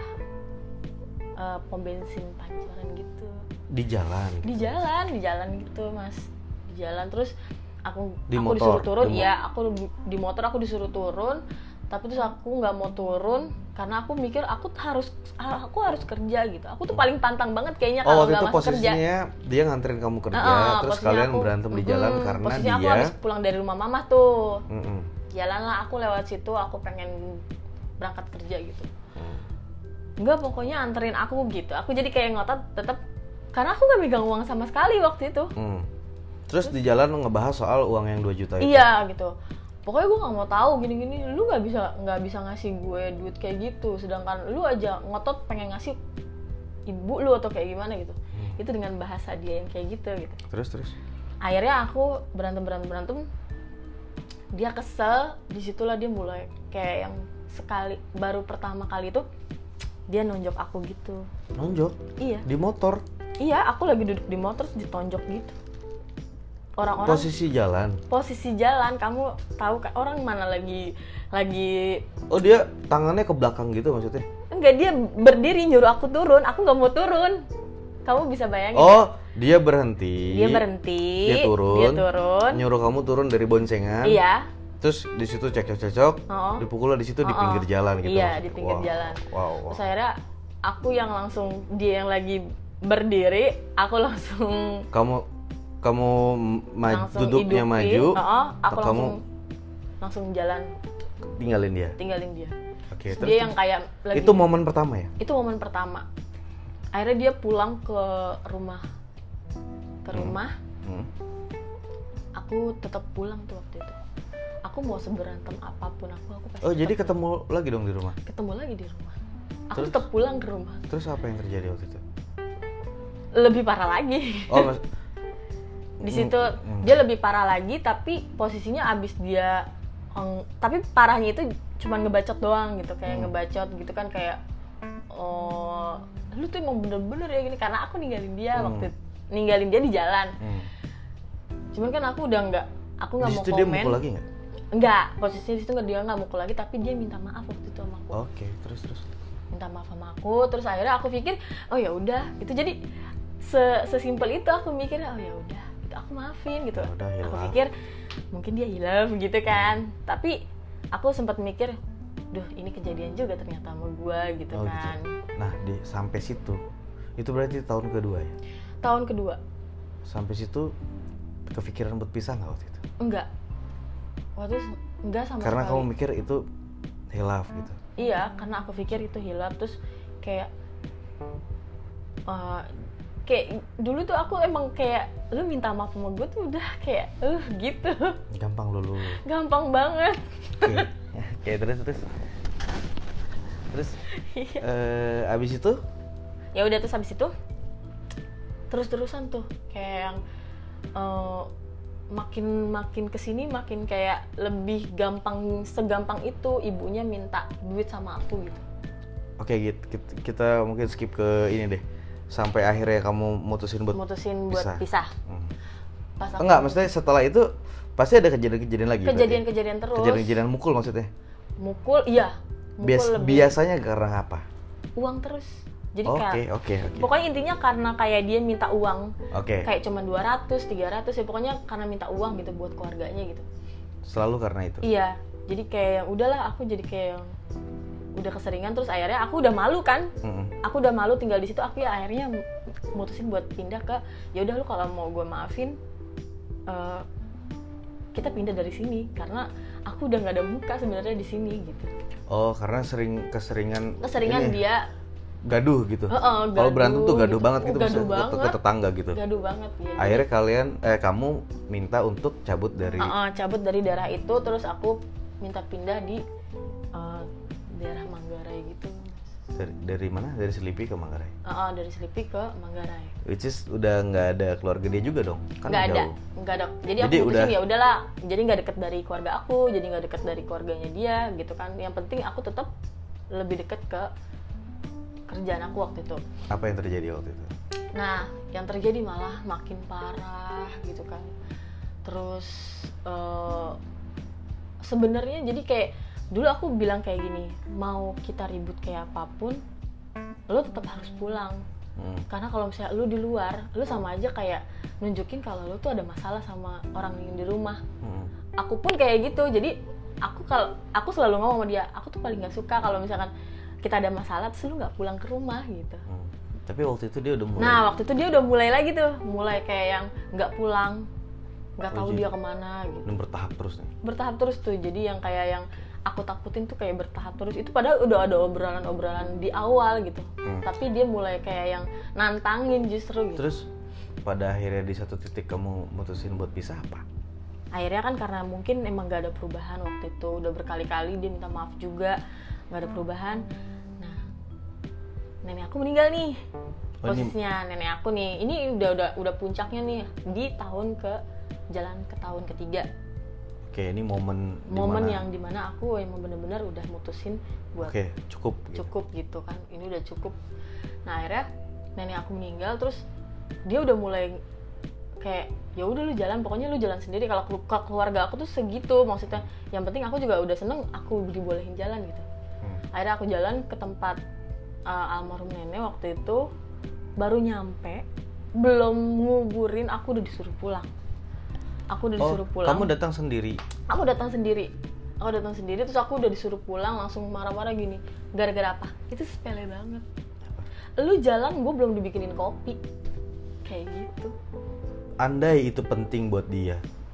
eh, pom bensin Pancoran gitu. Di jalan. Di jalan, di jalan gitu mas, di jalan terus aku Di aku motor, disuruh turun, di mo- iya aku di motor aku disuruh turun, tapi terus aku nggak mau turun karena aku mikir aku harus aku harus kerja gitu. Aku tuh paling pantang banget kayaknya Oh, kalau waktu nggak itu masuk kerja. posisinya dia nganterin kamu kerja, Heeh, terus posisinya kalian aku- berantem di mm-mm, jalan karena posisinya aku dia. habis pulang dari rumah mama tuh, Mm-mm. jalan lah aku lewat situ, aku pengen berangkat kerja gitu. Hmm. Enggak, pokoknya anterin aku gitu. Aku jadi kayak ngotot tetap karena aku nggak megang uang sama sekali waktu itu. Hmm. Terus di jalan ngebahas soal uang yang dua juta itu. Iya gitu. Pokoknya gue nggak mau tahu gini-gini. Lu nggak bisa nggak bisa ngasih gue duit kayak gitu. Sedangkan lu aja ngotot pengen ngasih ibu lu atau kayak gimana gitu. Hmm. Itu dengan bahasa dia yang kayak gitu gitu. Terus terus. Akhirnya aku berantem berantem berantem. Dia kesel. Disitulah dia mulai kayak yang sekali baru pertama kali itu dia nonjok aku gitu. Nonjok Iya. di motor. Iya, aku lagi duduk di motor terus ditonjok gitu. Orang-orang Posisi jalan. posisi jalan, kamu tahu kan orang mana lagi lagi Oh, dia tangannya ke belakang gitu maksudnya? enggak, dia berdiri nyuruh aku turun, aku nggak mau turun. Kamu bisa bayangin? Oh, dia berhenti. Dia berhenti, Dia turun. dia turun. Nyuruh kamu turun dari boncengan. Iya. Terus di situ cekcok-cekcok, Oh. dipukulnya di situ di Oh, oh. pinggir jalan gitu. Iya, maksudnya. di pinggir Wow. jalan. Wow, wow. Terus akhirnya aku yang langsung, dia yang lagi berdiri, aku langsung Kamu kamu ma- langsung duduknya hidupin. maju, Oh, aku atau kamu langsung langsung jalan tinggalin dia. tinggalin dia. Oke, Terus terus, dia terus. yang kayak lagi Itu momen pertama ya? itu momen pertama. Akhirnya dia pulang ke rumah ke rumah Hmm. aku tetap pulang tuh waktu itu. Aku mau seberantem apapun aku aku pasti Oh, jadi tetap ketemu lagi dong di rumah. ketemu lagi di rumah. Aku Terus? tetap pulang ke rumah. Terus apa yang terjadi waktu itu? Lebih parah lagi. Oh, mas- Di situ Hmm. dia lebih parah lagi, tapi posisinya abis dia eng- tapi parahnya itu cuma ngebacot doang gitu, kayak Hmm. ngebacot gitu kan, kayak oh lu tuh emang bener-bener ya gini, karena aku ninggalin dia Hmm. waktu ninggalin dia di jalan. Hmm. Cuman kan aku udah nggak, aku nggak Di mau situ dia komen. mukul lagi nggak? Enggak, posisinya di situ nggak, dia nggak mukul lagi, tapi dia minta maaf waktu itu sama aku. Oke, terus terus. Minta maaf sama aku, terus akhirnya aku pikir oh ya udah itu, jadi se sesimpel itu aku mikir oh ya udah gitu, aku maafin gitu. Ya udah, Aku hilaf. pikir mungkin dia hilaf gitu kan, tapi aku sempat mikir duh ini kejadian juga ternyata sama gua gitu Oh, kan. gitu. Nah, di sampai situ itu berarti tahun kedua ya? Tahun kedua Sampai situ kepikiran buat pisah nggak waktu itu? enggak, waktu itu enggak sama Karena sekali. kamu mikir itu hilaf gitu. Iya, karena aku pikir itu hilaf, terus kayak uh, kayak dulu tuh aku emang kayak lu minta maaf sama gue tuh udah kayak uh gitu. Gampang lulu. Gampang banget. Oke. Oke, terus terus. Terus Iya. eh abis itu Ya udah, terus habis itu terus-terusan tuh kayak yang uh, makin makin kesini makin kayak lebih gampang, segampang itu ibunya minta duit sama aku gitu. oke gitu kita, kita mungkin skip ke ini deh. Sampai akhirnya kamu mutusin buat Mutusin buat pisah. pisah. Hmm. Pas aku Enggak, maksudnya setelah itu pasti ada kejadian-kejadian lagi. berarti? kejadian-kejadian terus. Kejadian-kejadian mukul maksudnya. Mukul, iya. Mukul Bias, lebih. biasanya karena apa? Uang terus. Jadi Oke, kayak oke, oke. pokoknya intinya karena kayak dia minta uang. Oke. Kayak cuma dua ratus, tiga ratus ya, pokoknya karena minta uang gitu buat keluarganya gitu. Selalu karena itu. Iya. Jadi kayak yang udahlah, aku jadi kayak yang udah keseringan, terus akhirnya aku udah malu kan, mm-hmm. aku udah malu tinggal di situ. Aku ya akhirnya mutusin buat pindah ke, ya udah lu kalau mau gue maafin, uh, kita pindah dari sini karena aku udah nggak ada muka sebenarnya di sini gitu. Oh, karena sering keseringan. Keseringan ini, dia gaduh gitu. Uh, uh, kalau berantem tuh gaduh gitu. banget gitu, gaduh banget. ke tetangga gitu. Gaduh banget. Ya, akhirnya jadi, kalian, eh kamu minta untuk cabut dari. Uh, uh, cabut dari daerah itu, terus aku minta pindah di uh, daerah Manggarai gitu. Dari, dari mana? Dari Selipi ke Manggarai? Uh, uh, dari Selipi ke Manggarai. Which is udah nggak ada keluarga dia juga dong? Kan nggak ada, jauh. nggak ada. Jadi, jadi aku mutusin ya udahlah. Jadi nggak deket dari keluarga aku, jadi nggak deket dari keluarganya dia, gitu kan. Yang penting aku tetap lebih deket ke kerjaan aku waktu itu. Apa yang terjadi waktu itu? Nah, yang terjadi malah makin parah gitu kan. Terus uh, sebenarnya jadi kayak dulu aku bilang kayak gini, mau kita ribut kayak apapun, lo tetap harus pulang. Hmm. Karena kalau misalnya lo di luar, lo sama aja kayak nunjukin kalau lo tuh ada masalah sama orang yang di rumah. Hmm. Aku pun kayak gitu. Jadi aku kalau aku selalu ngomong sama dia, aku tuh paling nggak suka kalau misalkan kita ada masalah terus lu nggak pulang ke rumah gitu. Hmm. Tapi waktu itu dia udah mulai. Nah waktu itu dia udah mulai lagi tuh, mulai kayak yang nggak pulang, nggak tahu dia kemana gitu. Dan bertahap terus nih. Bertahap terus tuh, jadi yang kayak yang aku takutin tuh kayak bertahap terus. Itu padahal udah ada obrolan-obrolan di awal gitu. Hmm. Tapi dia mulai kayak yang nantangin justru gitu. Terus pada akhirnya di satu titik kamu mutusin buat pisah apa? Akhirnya kan karena mungkin emang nggak ada perubahan waktu itu, udah berkali-kali dia minta maaf juga, nggak ada perubahan. Nah, nenek aku meninggal nih. Posisinya oh, nenek aku nih. Ini udah udah udah puncaknya nih di tahun ke jalan ke tahun ketiga. Oke, ini momen momen dimana... yang dimana aku emang bener-bener udah mutusin buat Oke, cukup cukup gitu. gitu kan. Ini udah cukup. Nah, akhirnya nenek aku meninggal, terus dia udah mulai kayak ya udah lu jalan, pokoknya lu jalan sendiri. Kalau keluarga aku tuh segitu, maksudnya yang penting aku juga udah seneng aku dibolehin jalan gitu. Hmm. Akhirnya aku jalan ke tempat uh, almarhum nenek waktu itu, baru nyampe, belum nguburin aku udah disuruh pulang. Aku udah disuruh oh, pulang. Kamu datang sendiri? Aku datang sendiri. Aku datang sendiri, terus aku udah disuruh pulang, langsung marah-marah gini. Gara-gara apa? Itu sepele banget. Lu jalan, gue belum dibikinin kopi. Kayak gitu. Andai itu penting buat dia,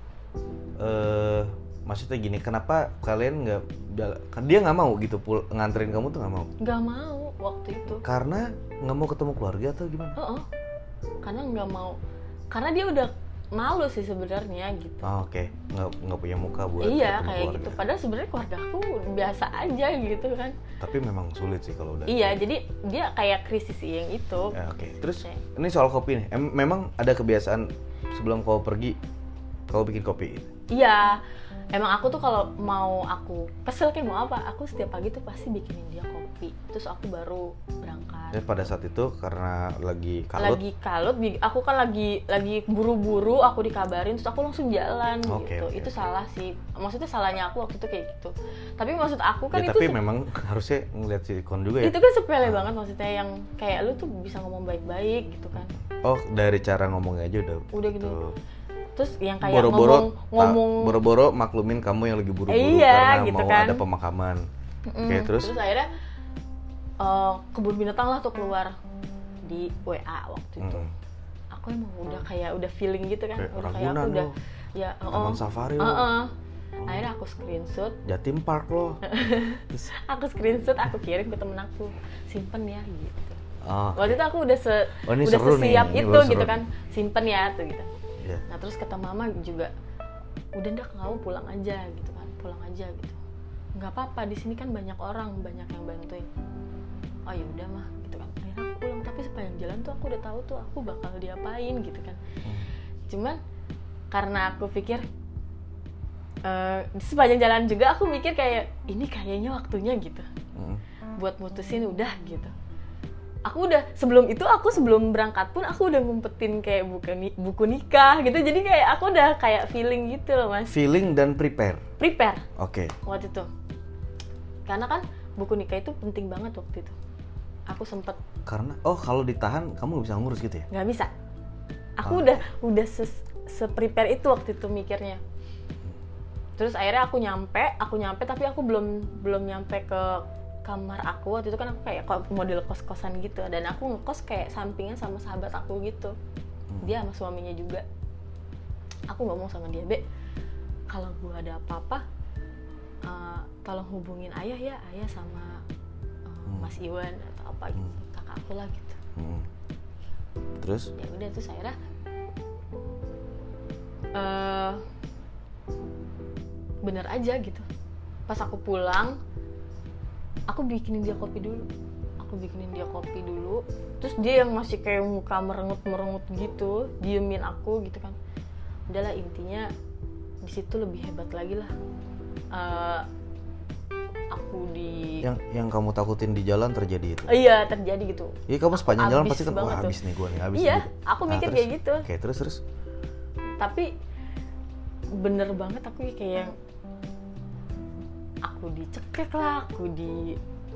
uh, maksudnya gini, kenapa kalian nggak, dia nggak mau gitu pul nganterin kamu tuh nggak mau? Nggak mau waktu itu. Karena nggak mau ketemu keluarga atau gimana? Uh-uh. Karena nggak mau, karena dia udah malu sih sebenarnya gitu. Oh, Oke, okay. nggak nggak punya muka buat iya ketemu kayak keluarga. Gitu. Padahal sebenarnya keluarga aku biasa aja gitu kan. Tapi memang sulit sih kalau udah. Iya, jadi dia kayak krisis sih yang itu. Ya, Oke, okay. Terus okay. Ini soal kopi nih. Em- memang ada kebiasaan sebelum kau pergi, kau bikin kopi? Iya, emang aku tuh kalau mau aku kesel kayak mau apa, aku setiap pagi tuh pasti bikinin dia kopi, terus aku baru berangkat. Dan pada saat itu karena lagi kalut? Lagi kalut, aku kan lagi lagi buru-buru, aku dikabarin, terus aku langsung jalan okay, gitu. Okay, itu okay. salah sih, maksudnya salahnya aku waktu itu kayak gitu. Tapi maksud aku kan ya, itu. Tapi memang harusnya ngeliat silikon juga ya. Itu kan sepele banget, maksudnya yang kayak lu tuh bisa ngomong baik-baik gitu kan. Oh, dari cara ngomongnya aja udah. Udah gitu. Tuh. Terus yang kayak boro-boro, ngomong ngomong ta, boro-boro maklumin kamu yang lagi buru-buru eh, iya, karena gitu mau kan. ada pemakaman. Mm-mm. Oke, terus terus akhirnya uh, kebun binatang lah tuh keluar di W A waktu itu. Mm. Aku emang udah kayak udah feeling gitu kan. Kayak udah kayak aku udah lo. ya uh, Taman Safari uh, uh. Oh. Akhirnya aku screenshot Jatim Park loh. Aku screenshot, aku kirim ke temen aku, simpen ya gitu. Oh, waktu okay. itu aku udah se oh, udah sesiap nih. itu gitu kan, simpen ya tuh gitu. Yeah. Nah terus kata mama juga, udah ndak kamu pulang aja gitu kan, pulang aja gitu. Nggak apa-apa, di sini kan banyak orang, banyak yang bantuin. Oh ya udah mah gitu kan. Akhirnya aku pulang, tapi sepanjang jalan tuh aku udah tahu tuh aku bakal diapain gitu kan. Hmm. Cuman karena aku pikir uh, sepanjang jalan juga aku mikir kayak ini kayaknya waktunya gitu. Hmm. Buat mutusin udah gitu. Aku udah sebelum itu aku sebelum berangkat pun aku udah ngumpetin kayak buku, buku nikah gitu, jadi kayak aku udah kayak feeling gitu loh mas. Feeling dan prepare. Prepare. Oke. Okay. Waktu itu, karena kan buku nikah itu penting banget waktu itu. Aku sempet. Karena oh kalau ditahan kamu nggak bisa ngurus gitu ya? Nggak bisa. Aku oh. udah udah se, se prepare itu waktu itu mikirnya. Terus akhirnya aku nyampe, aku nyampe tapi aku belum belum nyampe ke kamar aku waktu itu kan aku kayak model kos-kosan gitu, dan aku ngekos kayak sampingan sama sahabat aku gitu. Dia sama suaminya juga. Aku ngomong sama dia, Be, kalau gue ada apa-apa uh, tolong hubungin ayah ya, ayah sama uh, hmm. Mas Iwan atau apa gitu, hmm. kakak aku lah gitu. hmm. Terus? Ya udah, terus akhirnya uh, bener aja gitu. Pas aku pulang, aku bikinin dia kopi dulu. Aku bikinin dia kopi dulu. Terus dia yang masih kayak muka merengut-merengut gitu, diemin aku gitu kan. Udahlah, intinya di situ lebih hebat lagi lah. Uh, aku di yang yang kamu takutin di jalan terjadi itu. Iya, terjadi gitu. Iya, kamu sepanjang jalan pasti kan wah tuh. habis nih gue nih, habis iya, gitu. aku mikir nah, kayak gitu. Oke, terus terus. Tapi bener banget aku kayak aku dicekek lah, aku di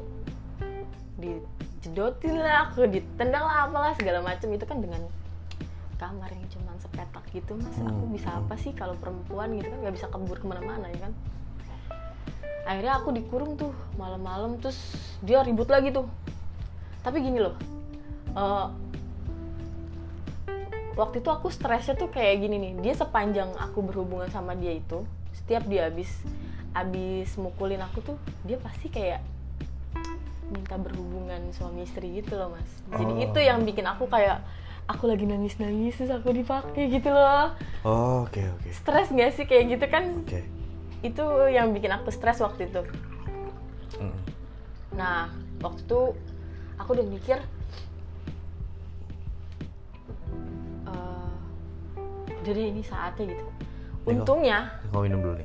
dijedotin lah, aku ditendang lah, apalah segala macam. Itu kan dengan kamar yang cuma sepetak gitu, mas. Hmm. Aku bisa apa sih kalau perempuan gitu kan, nggak bisa kabur kemana-mana ya kan. Akhirnya aku dikurung tuh malam-malam, terus dia ribut lagi tuh. Tapi gini loh, uh, waktu itu aku stresnya tuh kayak gini nih. Dia sepanjang aku berhubungan sama dia itu, setiap dia habis abis mukulin aku tuh, dia pasti kayak minta berhubungan suami istri gitu loh, mas. Jadi oh. itu yang bikin aku kayak aku lagi nangis-nangis terus aku dipakai gitu loh. Oh, oke okay, oke. Okay. Stres nggak sih kayak gitu kan? Oke. Okay. Itu yang bikin aku stres waktu itu. Mm. Nah, waktu itu aku udah mikir, uh, jadi ini saatnya gitu. Untungnya. Kau minum dulu nih.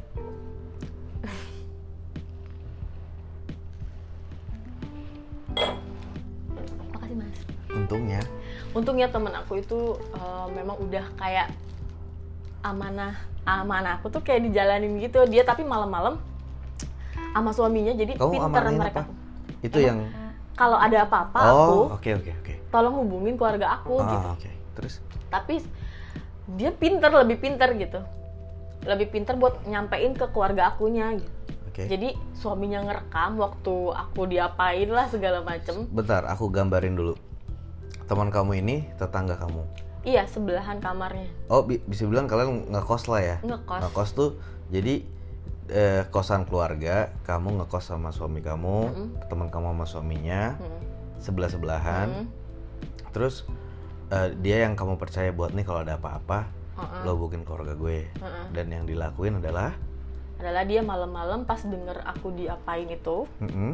Makasih, mas. Untungnya. Untungnya temen aku itu uh, memang udah kayak amanah amanah aku tuh kayak dijalanin gitu dia, tapi malam-malam sama suaminya. Jadi kamu pinter mereka. Apa? Itu emang, yang kalau ada apa-apa oh, aku, oke oke oke. tolong hubungin keluarga aku oh, gitu. Okay. Terus? Tapi dia pinter, lebih pinter gitu, lebih pinter buat nyampein ke keluarga akunya gitu. Okay. Jadi suaminya ngerekam waktu aku diapain lah segala macem. Bentar, aku gambarin dulu. Teman kamu ini tetangga kamu? Iya, sebelahan kamarnya. Oh, bi- bisa bilang kalian ngekos lah ya? Ngekos. Ngekos tuh jadi eh, kosan keluarga, kamu ngekos sama suami kamu, mm-hmm. teman kamu sama suaminya, mm-hmm. sebelah-sebelahan. Mm-hmm. Terus eh, dia yang kamu percaya buat nih kalau ada apa-apa, uh-uh. lo hubungin keluarga gue. Uh-uh. Dan yang dilakuin adalah? Adalah dia malam-malam pas denger aku diapain itu, mm-hmm.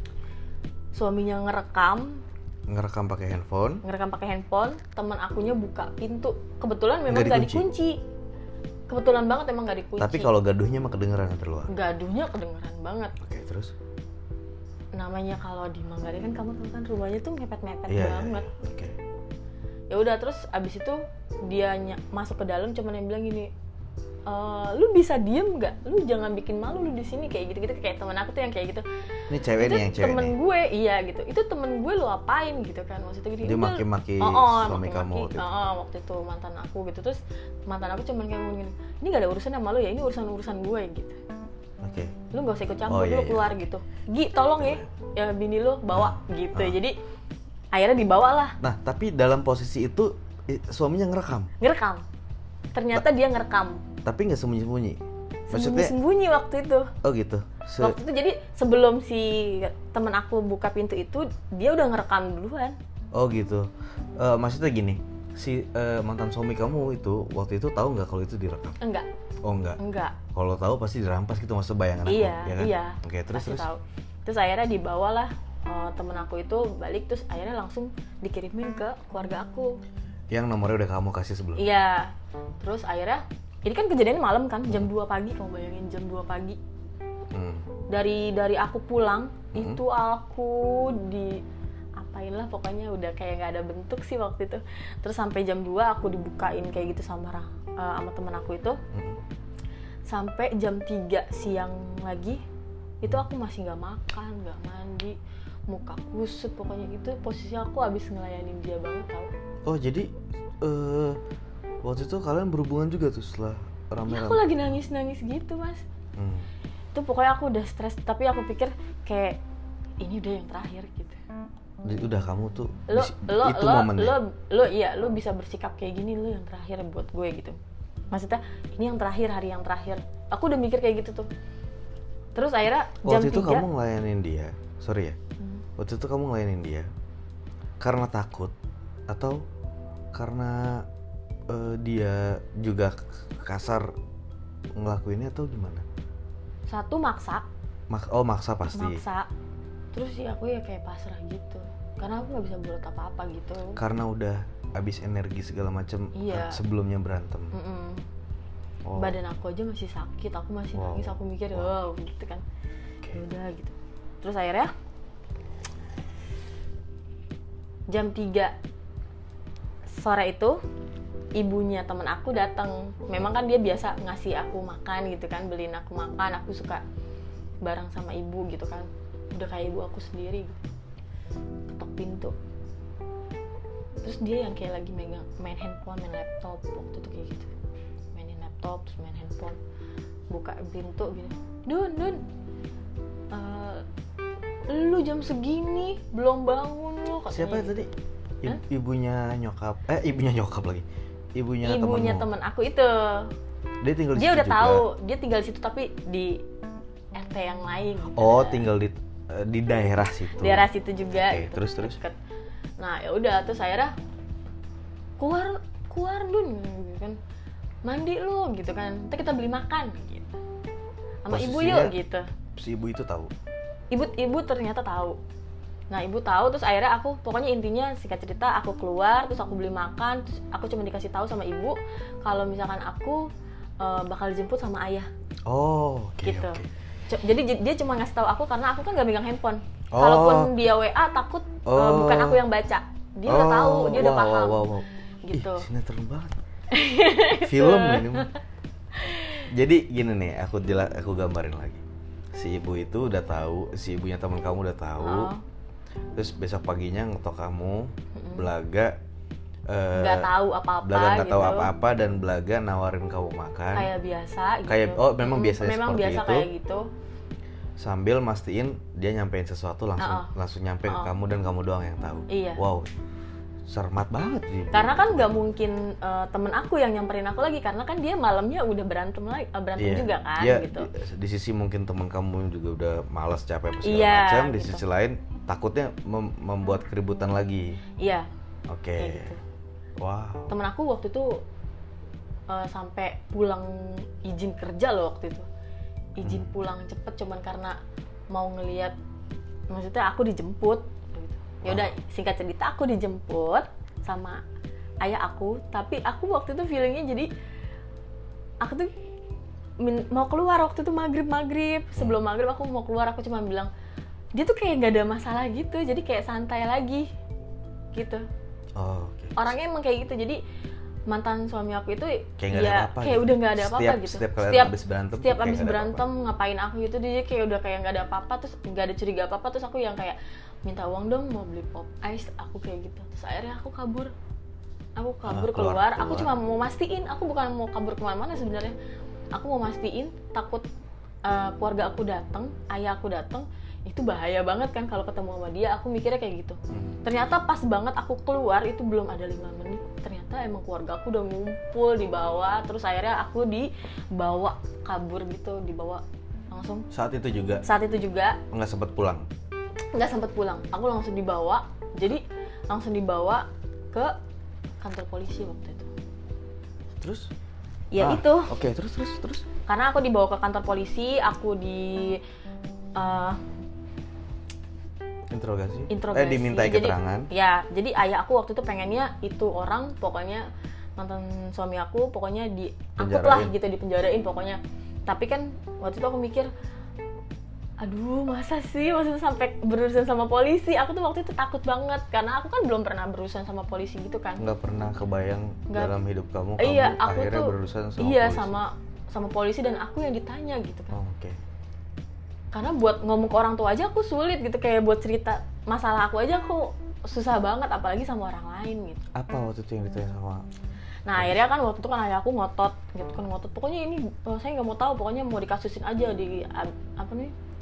suaminya ngerekam. Ngerekam pakai handphone. Ngerekam pakai handphone. Teman akunya buka pintu. Kebetulan memang nggak dikunci. dikunci. Kebetulan banget emang nggak dikunci. Tapi kalau gaduhnya mah kedengeran dari luar. Gaduhnya kedengeran banget. Oke, terus? Namanya kalau di Manggarai kan kamu tahu kan rumahnya tuh mepet-mepet yeah, banget. Yeah, yeah. Oke. Okay. Ya udah, terus abis itu dia ny- masuk ke dalam, cuman yang bilang gini, e, lu bisa diem nggak? Lu jangan bikin malu lu di sini kayak gitu-gitu. Kayak teman aku tuh yang kayak gitu. Ini cewek itu nih yang cewek temen nih. gue, iya gitu. Itu temen gue lu apain gitu kan? Maksudnya gitu. Dia maki-maki oh, oh, suami maki-maki. kamu waktu itu. Oh, waktu itu mantan aku gitu. Terus mantan aku cuman kayak gini, ini gak ada urusan sama lu ya, ini urusan-urusan gue gitu. Oke. Okay. Lu gak usah ikut campur, oh, iya, lu keluar iya. gitu. Gi, tolong ya, ya bini lu bawa nah, gitu. Nah. Jadi akhirnya dibawa lah. Nah, tapi dalam posisi itu suaminya ngerekam. Ngerekam. Ternyata nah, dia ngerekam. Tapi nggak sembunyi-sembunyi. Sembunyi-sembunyi waktu itu. Oh gitu. Se- waktu itu jadi sebelum si temen aku buka pintu itu, dia udah ngerekam duluan. Oh gitu. Uh, maksudnya gini, si uh, mantan suami kamu itu waktu itu tahu nggak kalau itu direkam? Enggak. Oh enggak. Enggak. Kalau tahu pasti dirampas gitu, maksud bayangan aku. Iya, ya kan? iya. Oke, terus pasti terus. Tahu. Terus akhirnya dibawalah uh, temen aku itu balik, terus akhirnya langsung dikirimin ke keluarga aku. Yang nomornya udah kamu kasih sebelumnya? Iya. Terus akhirnya, ini kan kejadiannya malam kan, jam dua pagi, kamu bayangin jam dua pagi. Hmm. Dari dari aku pulang, hmm. itu aku di apain lah, pokoknya udah kayak nggak ada bentuk sih waktu itu. Terus sampai jam dua aku dibukain kayak gitu sama uh, sama temen aku itu. Hmm. Sampai jam tiga siang lagi, itu aku masih nggak makan, nggak mandi, muka kusut, pokoknya gitu. Posisinya aku abis ngelayanin dia banget tau. Oh jadi uh, waktu itu kalian berhubungan juga tuh setelah rame-rame? Ya, aku lagi nangis-nangis gitu mas. Hmm. Itu pokoknya aku udah stres, tapi aku pikir kayak ini udah yang terakhir gitu. Jadi udah kamu tuh Lo dis- lo itu lo, momennya. lo lo iya lo bisa bersikap kayak gini, lo yang terakhir buat gue gitu. Maksudnya ini yang terakhir, hari yang terakhir. Aku udah mikir kayak gitu tuh. Terus akhirnya jam Waktu itu tiga kamu ngelayanin dia, sorry ya. Hmm. Waktu itu kamu ngelayanin dia karena takut atau karena eh, dia juga kasar ngelakuinnya atau gimana? Satu maksa, Mak- oh maksa pasti. maksa. Terus ya aku ya kayak pasrah gitu. Karena aku nggak bisa buat apa-apa gitu. Karena udah habis energi segala macam Iya. sebelumnya berantem. Mm-mm. Oh. Badan aku aja masih sakit, aku masih Wow. nangis, aku mikir wow gitu kan. Oke. Ya udah gitu. Terus akhirnya jam tiga sore itu ibunya temen aku datang. Memang kan dia biasa ngasih aku makan gitu kan, beliin aku makan, aku suka bareng sama ibu gitu kan. Udah kayak ibu aku sendiri gitu. Ketok pintu. Terus dia yang kayak lagi megang main handphone, main laptop waktu itu kayak gitu. Mainin laptop, terus main handphone. Buka pintu gitu. Dun, Dun. Uh, lu jam segini belum bangun lu katanya. Siapa ya gitu. tadi? I- Hah? Ibunya nyokap. Eh ibunya nyokap lagi. Ibunya, Ibunya temenmu. temen aku itu. Dia tinggal di Dia situ udah juga. tahu, dia tinggal di situ tapi di R T yang lain. Gitu. Oh, tinggal di eh, di daerah situ. Daerah situ juga. Oke, gitu, terus, terus? deket. Nah ya udah terus akhirnya keluar keluar Dun gitu kan, mandi lu gitu kan, nanti kita beli makan gitu sama ibu Posisinya- yuk gitu. Si ibu itu tahu. Ibu ibu ternyata tahu. Nah ibu tahu terus akhirnya aku pokoknya intinya singkat cerita aku keluar terus aku beli makan terus aku cuma dikasih tahu sama ibu kalau misalkan aku uh, bakal dijemput sama ayah Oh, oke gitu. oke. C- Jadi j- dia cuma ngasih tahu aku karena aku kan nggak megang handphone. Oh. Kalaupun dia W A takut uh, Oh. bukan aku yang baca. Dia udah tahu, dia udah wow, paham. Wow, wow, wow. Gitu. Ih, sinetron banget. Film ini mah. Jadi gini nih, aku jela- aku gambarin lagi. Si ibu itu udah tahu, si ibunya teman kamu udah tahu. Oh. Terus besok paginya ngetok kamu, Belaga eh, Nggak tahu apa-apa Belaga nggak tahu gitu. apa-apa dan Belaga nawarin kamu makan. Kayak biasa gitu. Kayak- oh, memang Mm, biasanya memang seperti biasa itu. kayak gitu. Sambil mastiin dia nyampein sesuatu langsung Uh-uh. langsung nyampe ke Uh-uh. kamu dan kamu doang yang tahu. Iya. Wow. Cermat banget sih. Karena kan nggak mungkin uh, temen aku yang nyamperin aku lagi karena kan dia malamnya udah berantem lagi uh, berantem Iya. juga kan Dia, gitu. di, di sisi mungkin teman kamu juga udah malas capek apa segala Iya, macam, di gitu. sisi lain takutnya mem- membuat keributan lagi. Iya. Oke. Kayak gitu. Wow. Temen aku waktu itu uh, sampai pulang izin kerja loh waktu itu. Izin Hmm. pulang cepet cuman karena mau ngelihat, maksudnya aku dijemput. Gitu. Ya udah singkat cerita aku dijemput sama ayah aku, tapi aku waktu itu feelingnya jadi aku tuh min- mau keluar waktu itu maghrib maghrib sebelum maghrib aku mau keluar aku cuma bilang dia tuh kayak nggak ada masalah gitu jadi kayak santai lagi gitu. Oh, oke. Orangnya emang kayak gitu jadi mantan suami aku itu Kayak nggak ada ya apa-apa kayak gitu. udah nggak ada apa-apa Setiap- gitu. setiap kalian setiap habis berantem tuh setiap kayak abis nggak ada berantem ngapain aku gitu dia kayak udah kayak nggak ada apa-apa terus nggak ada curiga apa-apa terus aku yang kayak minta uang dong mau beli pop ice aku kayak gitu terus akhirnya aku kabur aku kabur Ah, keluar, keluar, aku keluar. cuma mau mastiin aku bukan mau kabur kemana-mana sebenarnya aku mau mastiin takut uh, keluarga aku datang ayah aku datang itu bahaya banget kan kalau ketemu sama dia aku mikirnya kayak gitu. Hmm. Ternyata pas banget aku keluar itu belum ada lima menit ternyata emang keluarga aku udah ngumpul di bawah terus akhirnya aku dibawa kabur gitu dibawa langsung Saat itu juga saat itu juga nggak sempat pulang. nggak sempet pulang aku langsung dibawa jadi langsung dibawa ke kantor polisi waktu itu Terus? ya Ah, itu Oke, terus terus terus. karena aku dibawa ke kantor polisi aku di uh, Interogasi. interogasi Eh dimintai Jadi- keterangan. ya jadi ayah aku waktu itu pengennya itu orang pokoknya mantan suami aku pokoknya diangkut lah Penjarain. gitu dipenjarain pokoknya tapi kan waktu itu aku mikir aduh masa sih maksudnya sampai berurusan sama polisi aku tuh waktu itu takut banget karena aku kan belum pernah berurusan sama polisi gitu kan Nggak pernah kebayang Nggak- dalam hidup kamu kamu iya aku akhirnya tuh berurusan sama iya polisi. sama sama polisi dan aku yang ditanya gitu kan Oh, oke. karena buat ngomong ke orang tua aja aku sulit gitu kayak buat cerita masalah aku aja aku susah banget apalagi sama orang lain gitu. Apa waktu itu yang ditanya sama? Nah akhirnya kan waktu itu kan ayah aku ngotot gitu kan ngotot pokoknya ini oh, saya nggak mau tahu pokoknya mau dikasusin aja di ab- apa nih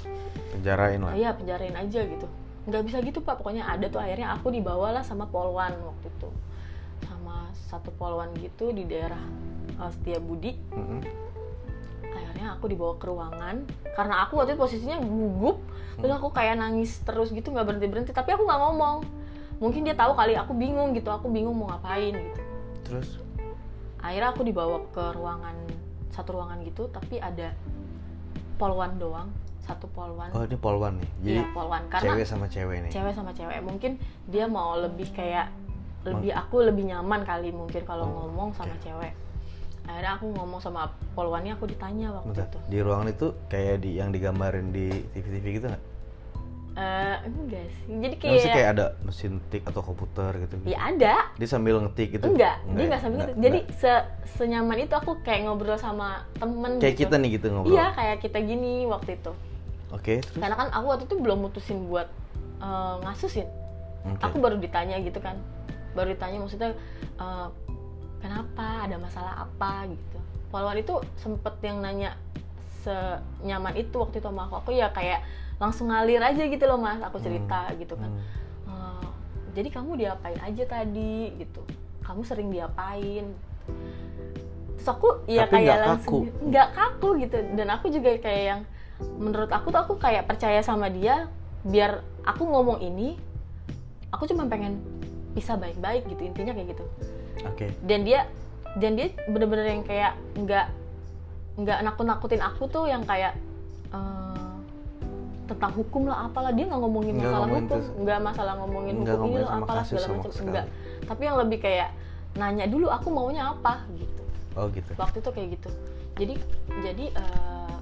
penjarain lah. Iya, penjarain aja gitu. Nggak bisa gitu Pak, pokoknya ada tuh akhirnya aku dibawa lah sama polwan waktu itu, sama satu polwan gitu di daerah uh, Setiabudi. Mm-hmm. Akhirnya aku dibawa ke ruangan karena aku waktu itu posisinya gugup, terus aku kayak nangis terus gitu, nggak berhenti berhenti, tapi aku nggak ngomong. Mungkin dia tahu kali aku bingung gitu, aku bingung mau ngapain gitu. Terus akhirnya aku dibawa ke ruangan, satu ruangan gitu, tapi ada polwan doang, satu polwan. Oh, ini polwan nih. Jadi iya, polwan. Karena cewek sama cewek nih. Cewek sama cewek. Mungkin dia mau lebih kayak lebih aku lebih nyaman kali mungkin kalau oh, ngomong sama okay. cewek. Akhirnya aku ngomong sama polwannya, aku ditanya waktu Bentar, itu. Di ruangan itu kayak di yang digambarin di T V-T V gitu nggak? Uh, enggak sih. Jadi kayak Maksudnya kayak ada mesin tik atau komputer gitu. Ya ada. Dia sambil ngetik gitu. Enggak, enggak dia enggak sambil ngetik. Jadi se senyaman itu aku kayak ngobrol sama temen kayak gitu. Kita nih gitu ngobrol. Iya, kayak kita gini waktu itu. Oke, okay, terus? Karena kan aku waktu itu belum mutusin buat uh, ngasusin. Okay. Aku baru ditanya gitu kan. Baru ditanya maksudnya uh, kenapa, ada masalah apa gitu. Polwan itu sempet yang nanya senyaman itu waktu itu sama aku. Aku ya kayak langsung ngalir aja gitu loh Mas, aku cerita hmm. gitu kan. Hmm. Uh, jadi kamu diapain aja tadi gitu. Kamu sering diapain. Terus aku ya tapi kayak gak langsung kaku. Gak kaku gitu. Dan aku juga kayak yang menurut aku tuh aku kayak percaya sama dia, biar aku ngomong ini aku cuma pengen bisa baik-baik gitu, intinya kayak gitu. Oke. Okay. Dan dia dan dia bener-bener yang kayak nggak nggak nakut-nakutin aku tuh, yang kayak uh, tentang hukum lah apalah, dia nggak ngomongin nggak masalah ngomongin hukum, terus, nggak masalah ngomongin hukum ini loh apalah segala macam, enggak. Tapi yang lebih kayak nanya dulu aku maunya apa gitu. Oh gitu. Waktu itu kayak gitu. Jadi jadi uh,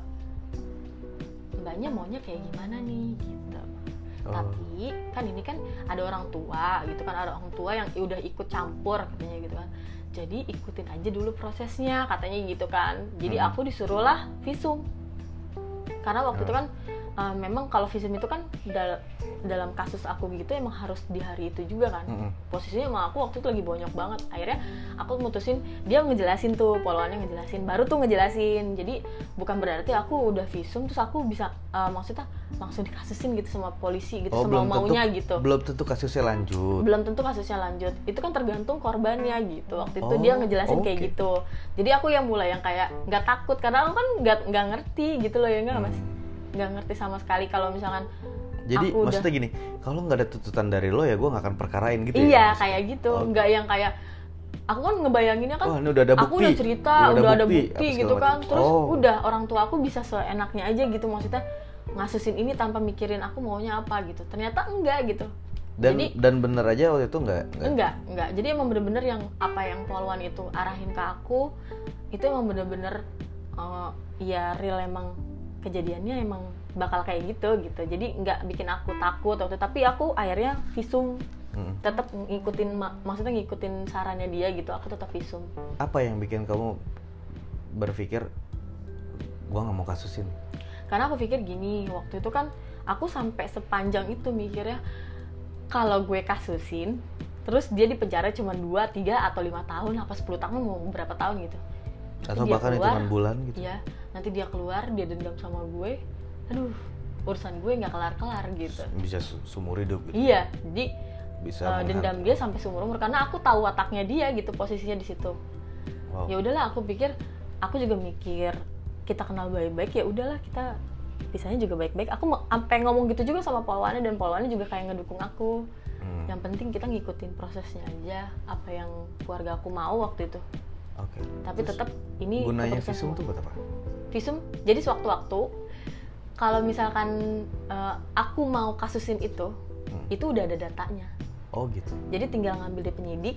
mbaknya maunya kayak gimana nih gitu. Oh. Tapi kan ini kan ada orang tua gitu kan, ada orang tua yang udah ikut campur katanya gitu kan. Jadi ikutin aja dulu prosesnya katanya gitu kan. Jadi hmm. aku disuruhlah visum. Karena waktu oh. itu kan uh, memang kalau visum itu kan dal- dalam kasus aku gitu emang harus di hari itu juga kan. Mm-hmm. Posisinya emang aku waktu itu lagi bonyok banget. Akhirnya aku mutusin, dia ngejelasin tuh, polwannya ngejelasin, baru tuh ngejelasin. Jadi bukan berarti aku udah visum terus aku bisa uh, maksudnya langsung dikasusin gitu sama polisi gitu, oh, sama maunya gitu. Belum tentu kasusnya lanjut. Belum tentu kasusnya lanjut. Itu kan tergantung korbannya gitu. Waktu itu oh, dia ngejelasin okay. kayak gitu. Jadi aku yang mulai yang kayak nggak takut karena aku kan nggak nggak ngerti gitu loh ya nggak hmm. Mas? Nggak ngerti sama sekali kalau misalkan. Jadi aku maksudnya udah, gini, kalau nggak ada tuntutan dari lo ya gue nggak akan perkarain gitu iya, ya? Iya kayak gitu, oh. nggak yang kayak aku kan ngebayanginnya kan, oh, ini udah ada bukti. Aku udah cerita, udah, udah ada bukti, bukti gitu kan, macam. Terus oh. udah orang tua aku bisa seenaknya aja gitu, maksudnya ngasusin ini tanpa mikirin aku maunya apa gitu. Ternyata enggak gitu. Dan jadi, dan bener aja waktu itu enggak, enggak? Enggak, enggak. Jadi emang bener-bener yang apa yang polwan itu arahin ke aku, itu emang bener-bener uh, ya real emang kejadiannya emang bakal kayak gitu gitu. Jadi nggak bikin aku takut waktu, tapi aku akhirnya visum. Hmm. Tetap ngikutin mak- maksudnya ngikutin sarannya dia gitu. Aku tetap visum. Apa yang bikin kamu berpikir gua nggak mau kasusin? Karena aku pikir gini, waktu itu kan aku sampai sepanjang itu mikirnya kalau gue kasusin terus dia di penjara cuma dua, tiga atau lima tahun apa sepuluh tahun mau berapa tahun gitu. Atau bahkan hitungan bulan gitu. Iya, nanti dia keluar, dia dendam sama gue. Aduh, urusan gue nggak kelar-kelar gitu. Bisa seumur hidup gitu. Iya, jadi bisa uh, dendam dia sampai seumur umur karena aku tahu wataknya dia gitu, posisinya di situ. Wow. Ya udahlah, aku pikir, aku juga mikir kita kenal baik-baik, ya udahlah kita pisahnya juga baik-baik. Aku sampai ngomong gitu juga sama polwannya, dan polwannya juga kayak ngedukung aku. Hmm. Yang penting kita ngikutin prosesnya aja, apa yang keluarga aku mau waktu itu. Oke. Okay. Tapi tetap ini gunanya visum itu buat apa? Visum jadi sewaktu-waktu kalau misalkan uh, aku mau kasusin itu, hmm. itu udah ada datanya. Oh gitu. Jadi tinggal ngambil dari penyidik,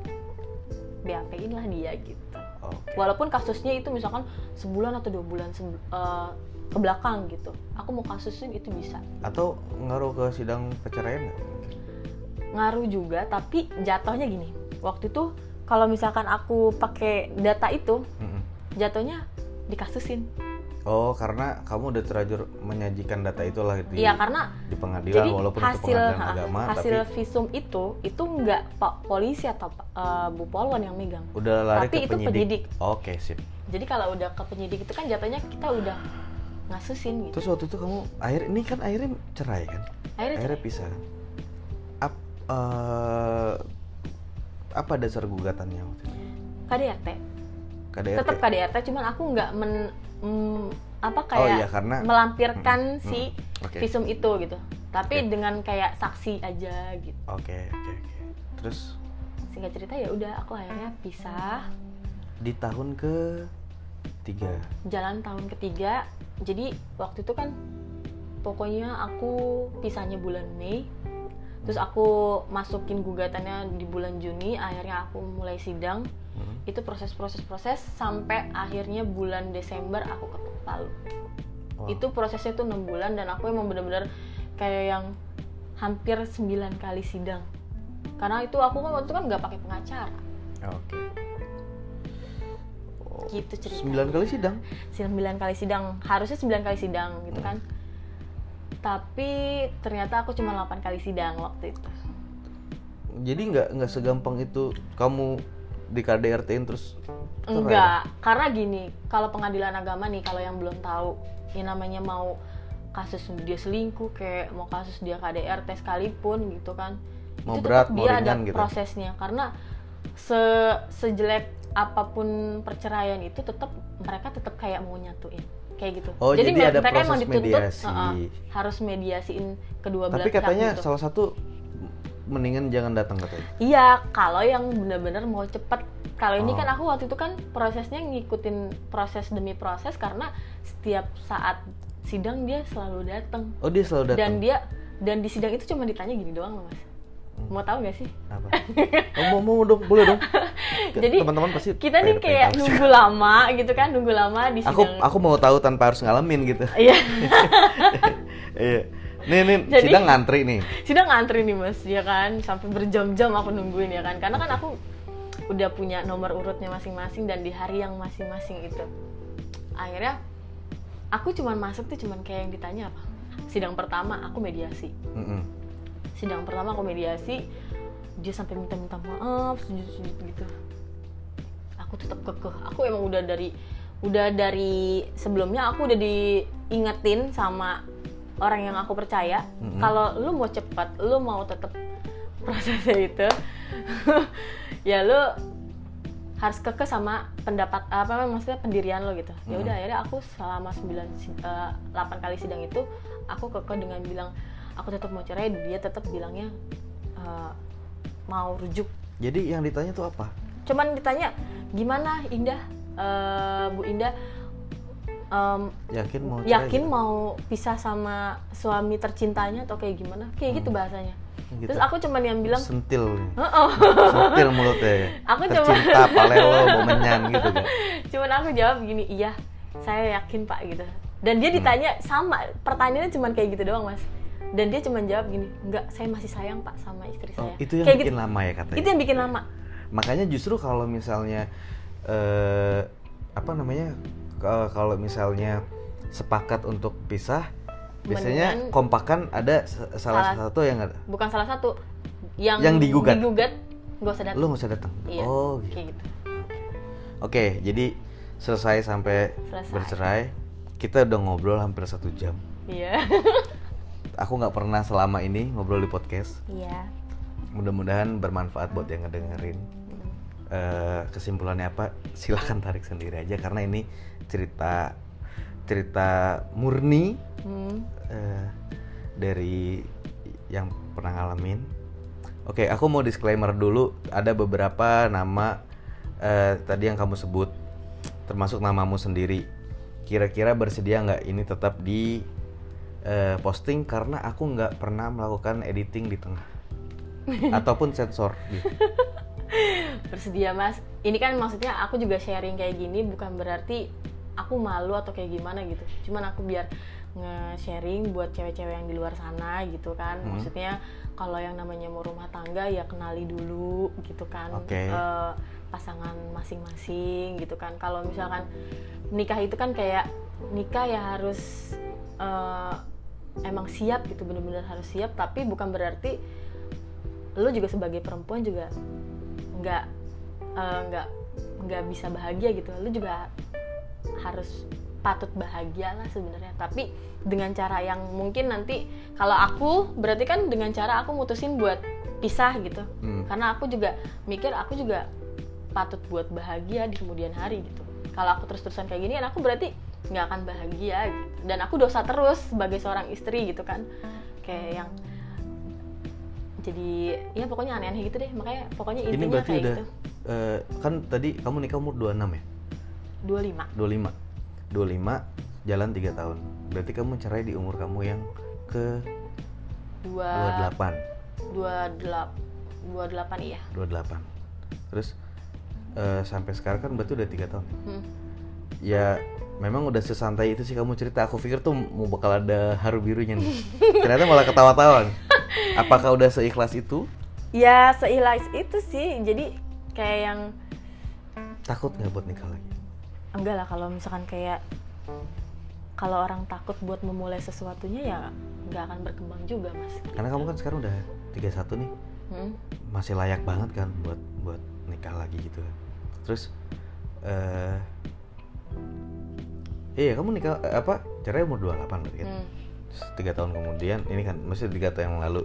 B A P-in lah dia gitu. Okay. Walaupun kasusnya itu misalkan sebulan atau dua bulan se- uh, ke belakang gitu, aku mau kasusin itu bisa. Atau ngaruh ke sidang perceraian nggak? Ngaruh juga, tapi jatuhnya gini. Waktu itu kalau misalkan aku pakai data itu, mm-hmm. jatuhnya dikasusin. Oh, karena kamu udah terlanjur menyajikan data itulah di, iya, karena di pengadilan, jadi walaupun hasil, itu pengadilan agama. Hasil tapi visum itu, itu nggak Pak Polisi atau uh, Bu Polwan yang megang. Udah lari tapi ke itu penyidik. penyidik. Oke, sip. Jadi kalau udah ke penyidik itu kan jatuhnya kita udah ngasusin gitu. Terus waktu itu kamu akhir ini kan akhirnya cerai kan? Akhirnya, akhirnya cerai. pisah. Ap, uh, apa dasar gugatannya waktu itu? K D R T. K D R T. Tetap K D R T, cuman aku nggak men mm, apa kayak Oh, iya, karena, melampirkan hmm, si hmm, okay. visum itu gitu. Tapi Okay. dengan kayak saksi aja gitu. Oke, oke, oke. Terus Singkat cerita ya udah aku akhirnya pisah. di tahun ke tiga. Jalan tahun ketiga. Jadi waktu itu kan pokoknya aku pisahnya bulan Mei. Terus aku masukin gugatannya di bulan Juni, akhirnya aku mulai sidang. Hmm. Itu proses-proses-proses sampai akhirnya bulan Desember aku ketok palu. Wow. Itu prosesnya tuh enam bulan dan aku emang bener-bener kayak yang hampir sembilan kali sidang. Karena itu aku kan waktu itu kan nggak pakai pengacara. Oke. Oh, Gitu ceritanya. sembilan kali sidang. sembilan kali sidang, harusnya sembilan kali sidang gitu Hmm. kan. Tapi ternyata aku cuma delapan kali sidang waktu itu. Jadi nggak nggak segampang itu kamu di K D R T-in terus cerai? Enggak, karena gini, kalau pengadilan agama nih, kalau yang belum tahu, yang namanya mau kasus dia selingkuh kayak mau kasus dia K D R T sekalipun gitu kan, Mau itu berat, tetap mau dia ada ringan gitu. prosesnya. Karena se sejelek apapun perceraian itu tetap mereka tetap kayak mau nyatuin kayak gitu. Oh, jadi mer- ada mereka proses emang dituntut mediasi. uh-uh, harus mediasiin kedua belah Tapi pihak katanya gitu. salah satu mendingan jangan datang katanya. Iya, kalau yang benar-benar mau cepet. Kalau ini Oh. kan aku waktu itu kan prosesnya ngikutin proses demi proses karena setiap saat sidang dia selalu datang. Oh, dia selalu datang. Dan dia dan di sidang itu cuma ditanya gini doang loh, Mas. Mau tahu gak sih? Apa? Oh, mau, mau dong, boleh dong. Jadi teman-teman pasti kita nih pengen- kayak pengen tahu. nunggu lama gitu kan, nunggu lama di Aku sidang. aku mau tahu tanpa harus ngalamin gitu. Iya. Iya. Nih nih Jadi- sidang ngantri nih. Sidang ngantri nih, Mas, ya kan, sampai berjam-jam aku nungguin ya kan. Karena kan aku udah punya nomor urutnya masing-masing dan di hari yang masing-masing itu. Akhirnya aku cuman masuk tuh cuman kayak yang ditanya apa? Sidang pertama aku mediasi. Mm-mm. Sidang pertama aku mediasi, dia sampai minta-minta maaf, sujud-sujud gitu. Aku tetap kekeh. Aku emang udah dari udah dari sebelumnya aku udah diingetin sama orang yang aku percaya, Mm-mm. kalau lu mau cepat, lu mau tetap prosesnya itu, ya lu harus kekeh sama pendapat apa maksudnya pendirian lo gitu. Ya udah Mm. akhirnya aku selama sembilan eh, delapan kali sidang itu aku kekeh dengan bilang aku tetap mau cerai, dia tetap bilangnya eh, mau rujuk. Jadi yang ditanya tuh apa? Cuman ditanya gimana Indah, eh, Bu Indah em, Yakin mau cerai? yakin gitu? mau pisah sama suami tercintanya atau kayak gimana? Kayak gitu bahasanya. Gitu. Terus aku cuman yang bilang, sentil nih. "Heeh." Sentil mulutnya. Aku cuma- tercinta paleo mau menyan gitu kan. Cuman aku jawab gini, iya saya yakin Pak gitu. Dan dia ditanya sama, pertanyaannya cuman kayak gitu doang Mas. Dan dia cuman jawab gini, enggak, saya masih sayang Pak sama istri Oh, saya. itu yang Kayak bikin gitu. lama ya katanya. Itu yang bikin lama. Makanya justru kalau misalnya eh, apa namanya k- kalau misalnya sepakat untuk pisah, biasanya Mendingan- kompakan ada s- salah, Salah- satu yang ada. Bukan salah satu yang, Yang digugat. digugat nggak usah datang. Lu nggak usah datang. Iya, Oh, gitu. kayak gitu. Oke, jadi selesai sampai Selesai. bercerai. Kita udah ngobrol hampir satu jam. Iya. Aku nggak pernah selama ini ngobrol di podcast. Iya. Mudah-mudahan bermanfaat buat yang ngedengerin. Eh, kesimpulannya apa? Silahkan tarik sendiri aja karena ini cerita cerita murni Hmm. eh, dari yang pernah ngalamin. Oke, aku mau disclaimer dulu. Ada beberapa nama eh, tadi yang kamu sebut, termasuk namamu sendiri. Kira-kira bersedia nggak ini tetap di eh, posting karena aku nggak pernah melakukan editing di tengah ataupun sensor. Gitu. Bersedia Mas. Ini kan maksudnya aku juga sharing kayak gini bukan berarti aku malu atau kayak gimana gitu. Cuman aku biar nge-sharing buat cewek-cewek yang di luar sana gitu kan. Hmm. Maksudnya kalau yang namanya mau rumah tangga ya kenali dulu gitu kan. Oke. Eh, pasangan masing-masing gitu kan. Kalau misalkan nikah itu kan kayak nikah ya harus eh, emang siap gitu, bener-bener harus siap, tapi bukan berarti lo juga sebagai perempuan juga nggak eh, nggak nggak bisa bahagia gitu. Lo juga harus patut bahagia lah sebenarnya, tapi dengan cara yang mungkin nanti kalau aku berarti kan dengan cara aku mutusin buat pisah gitu, hmm. karena aku juga mikir aku juga patut buat bahagia di kemudian hari gitu. Kalau aku terus-terusan kayak gini kan aku berarti nggak akan bahagia gitu, dan aku dosa terus sebagai seorang istri gitu kan, kayak yang jadi ya pokoknya aneh-aneh gitu deh, makanya pokoknya intinya ini berarti kayak udah, gitu. Uh, kan tadi kamu nikah umur dua puluh enam ya? dua puluh lima. dua puluh lima. dua puluh lima jalan tiga tahun. Berarti kamu cerai di umur kamu yang ke dua puluh delapan. dua puluh delapan iya. dua puluh delapan. Terus uh, sampai sekarang kan berarti udah tiga tahun. Hmm. Ya memang udah sesantai itu sih kamu cerita. Aku pikir tuh mau bakal ada haru birunya nih. Ternyata malah ketawa-tawa. Apakah udah seikhlas itu? Ya seikhlas itu sih. Jadi kayak yang takut nggak buat nikah lagi? Enggak lah, kalau misalkan kayak kalau orang takut buat memulai sesuatunya ya nggak akan berkembang juga mas. Karena kamu kan sekarang udah tiga puluh satu nih, hmm? masih layak banget kan buat buat nikah lagi gitu. Terus uh, iya kamu nikah apa cerai umur dua puluh delapan berarti kan? Hmm. tiga tahun kemudian ini kan masih tiga tahun yang lalu.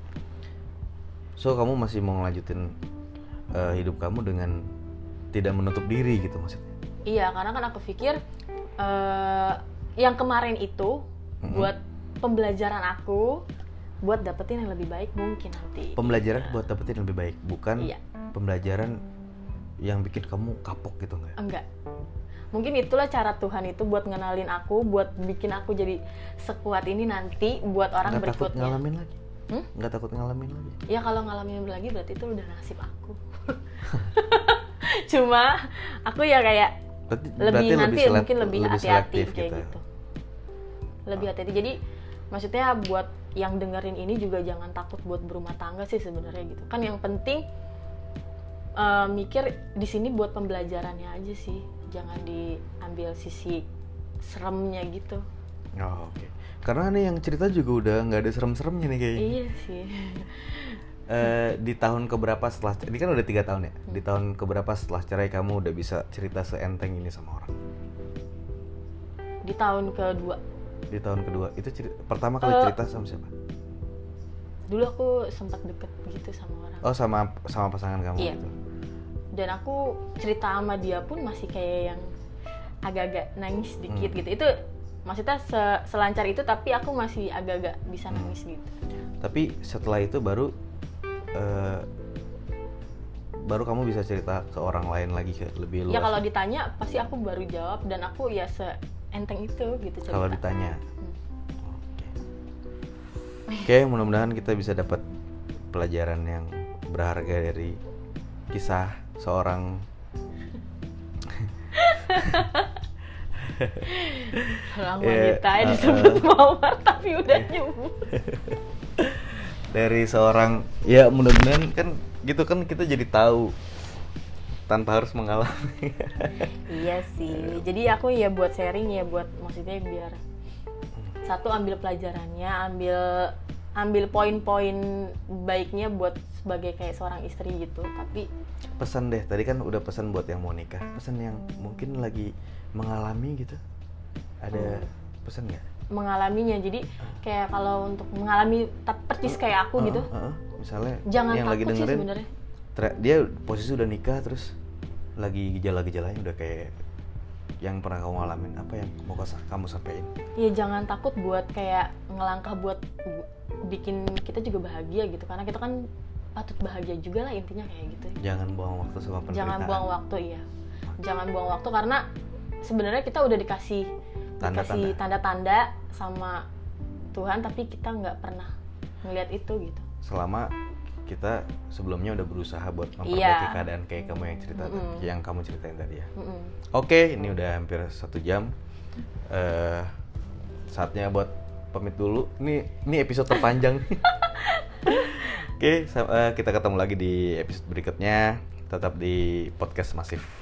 So kamu masih mau ngelanjutin uh, hidup kamu dengan tidak menutup diri gitu maksudnya? Iya, karena kan aku pikir uh, yang kemarin itu mm-hmm. buat pembelajaran aku buat dapetin yang lebih baik mungkin nanti. Pembelajaran buat dapetin yang lebih baik, bukan iya. pembelajaran yang bikin kamu kapok gitu nggak? Enggak. Mungkin itulah cara Tuhan itu buat ngenalin aku, buat bikin aku jadi sekuat ini nanti buat orang nggak berikutnya. Takut ngalamin lagi? Hmm? Nggak takut ngalamin lagi? Ya kalau ngalamin lagi berarti itu udah nasib aku. Cuma aku ya kayak berarti, lebih berarti nanti lebih selek, mungkin lebih, lebih hati-hati kayak gitu. gitu. Lebih hati-hati. Jadi maksudnya buat yang dengerin ini juga jangan takut buat berumah tangga sih sebenarnya gitu. Kan yang penting uh, mikir di sini buat pembelajarannya aja sih. Jangan diambil sisi seremnya gitu. Oh, oke. Okay. Karena nih yang cerita juga udah nggak ada serem-seremnya nih kayaknya. Iya sih. Uh, di tahun keberapa setelah ini kan udah tiga tahun ya? Hmm. Di tahun keberapa setelah cerai kamu udah bisa cerita seenteng ini sama orang? Di tahun kedua. Di tahun kedua itu cerita, pertama kali uh, cerita sama siapa? Dulu aku sempat deket gitu sama orang. Oh sama sama pasangan kamu iya. gitu. Dan aku cerita sama dia pun masih kayak yang agak-agak nangis sedikit hmm. gitu. Itu maksudnya se- selancar itu tapi aku masih agak-agak bisa nangis hmm. gitu. Tapi setelah itu baru Uh, baru kamu bisa cerita ke orang lain lagi ke lebih luas. Ya kalau ditanya pasti aku baru jawab dan aku ya seenteng itu gitu cerita. Kalau ditanya. Hmm. Oke. Okay. Oke, okay, mudah-mudahan kita bisa dapat pelajaran yang berharga dari kisah seorang seorang wanita yeah, yang disebut uh, mawar tapi udah nyebut. Dari seorang, ya mudah-mudahan kan gitu kan kita jadi tahu tanpa harus mengalami. Iya sih, jadi aku ya buat sharing ya buat maksudnya biar satu ambil pelajarannya, ambil ambil poin-poin baiknya buat sebagai kayak seorang istri gitu. Tapi pesan deh, tadi kan udah pesan buat yang mau nikah, pesan yang mungkin lagi mengalami gitu, ada hmm. pesan nggak? Mengalaminya, jadi kayak kalau untuk mengalami persis kayak aku uh, gitu uh, uh, misalnya jangan yang takut lagi dengerin sih sebenarnya tra- dia posisi udah nikah terus lagi gejala-gejalanya udah kayak yang pernah kamu alamin, apa yang mau kamu sampaikan? Ya jangan takut buat kayak ngelangkah buat bikin kita juga bahagia gitu, karena kita kan patut bahagia juga lah intinya kayak gitu. Jangan buang waktu sama penderitaan. Jangan buang waktu iya jangan buang waktu karena sebenarnya kita udah dikasih Tanda-tanda. dikasih tanda-tanda sama Tuhan tapi kita nggak pernah ngelihat itu gitu. Selama kita sebelumnya udah berusaha buat memperbaiki iya. keadaan kayak kamu yang cerita Mm-mm. tadi, yang kamu ceritain tadi ya. Mm-mm. Oke, ini udah hampir satu jam. Uh, saatnya buat pamit dulu. Ini ini episode terpanjang. Oke, uh, kita ketemu lagi di episode berikutnya. Tetap di podcast Masif.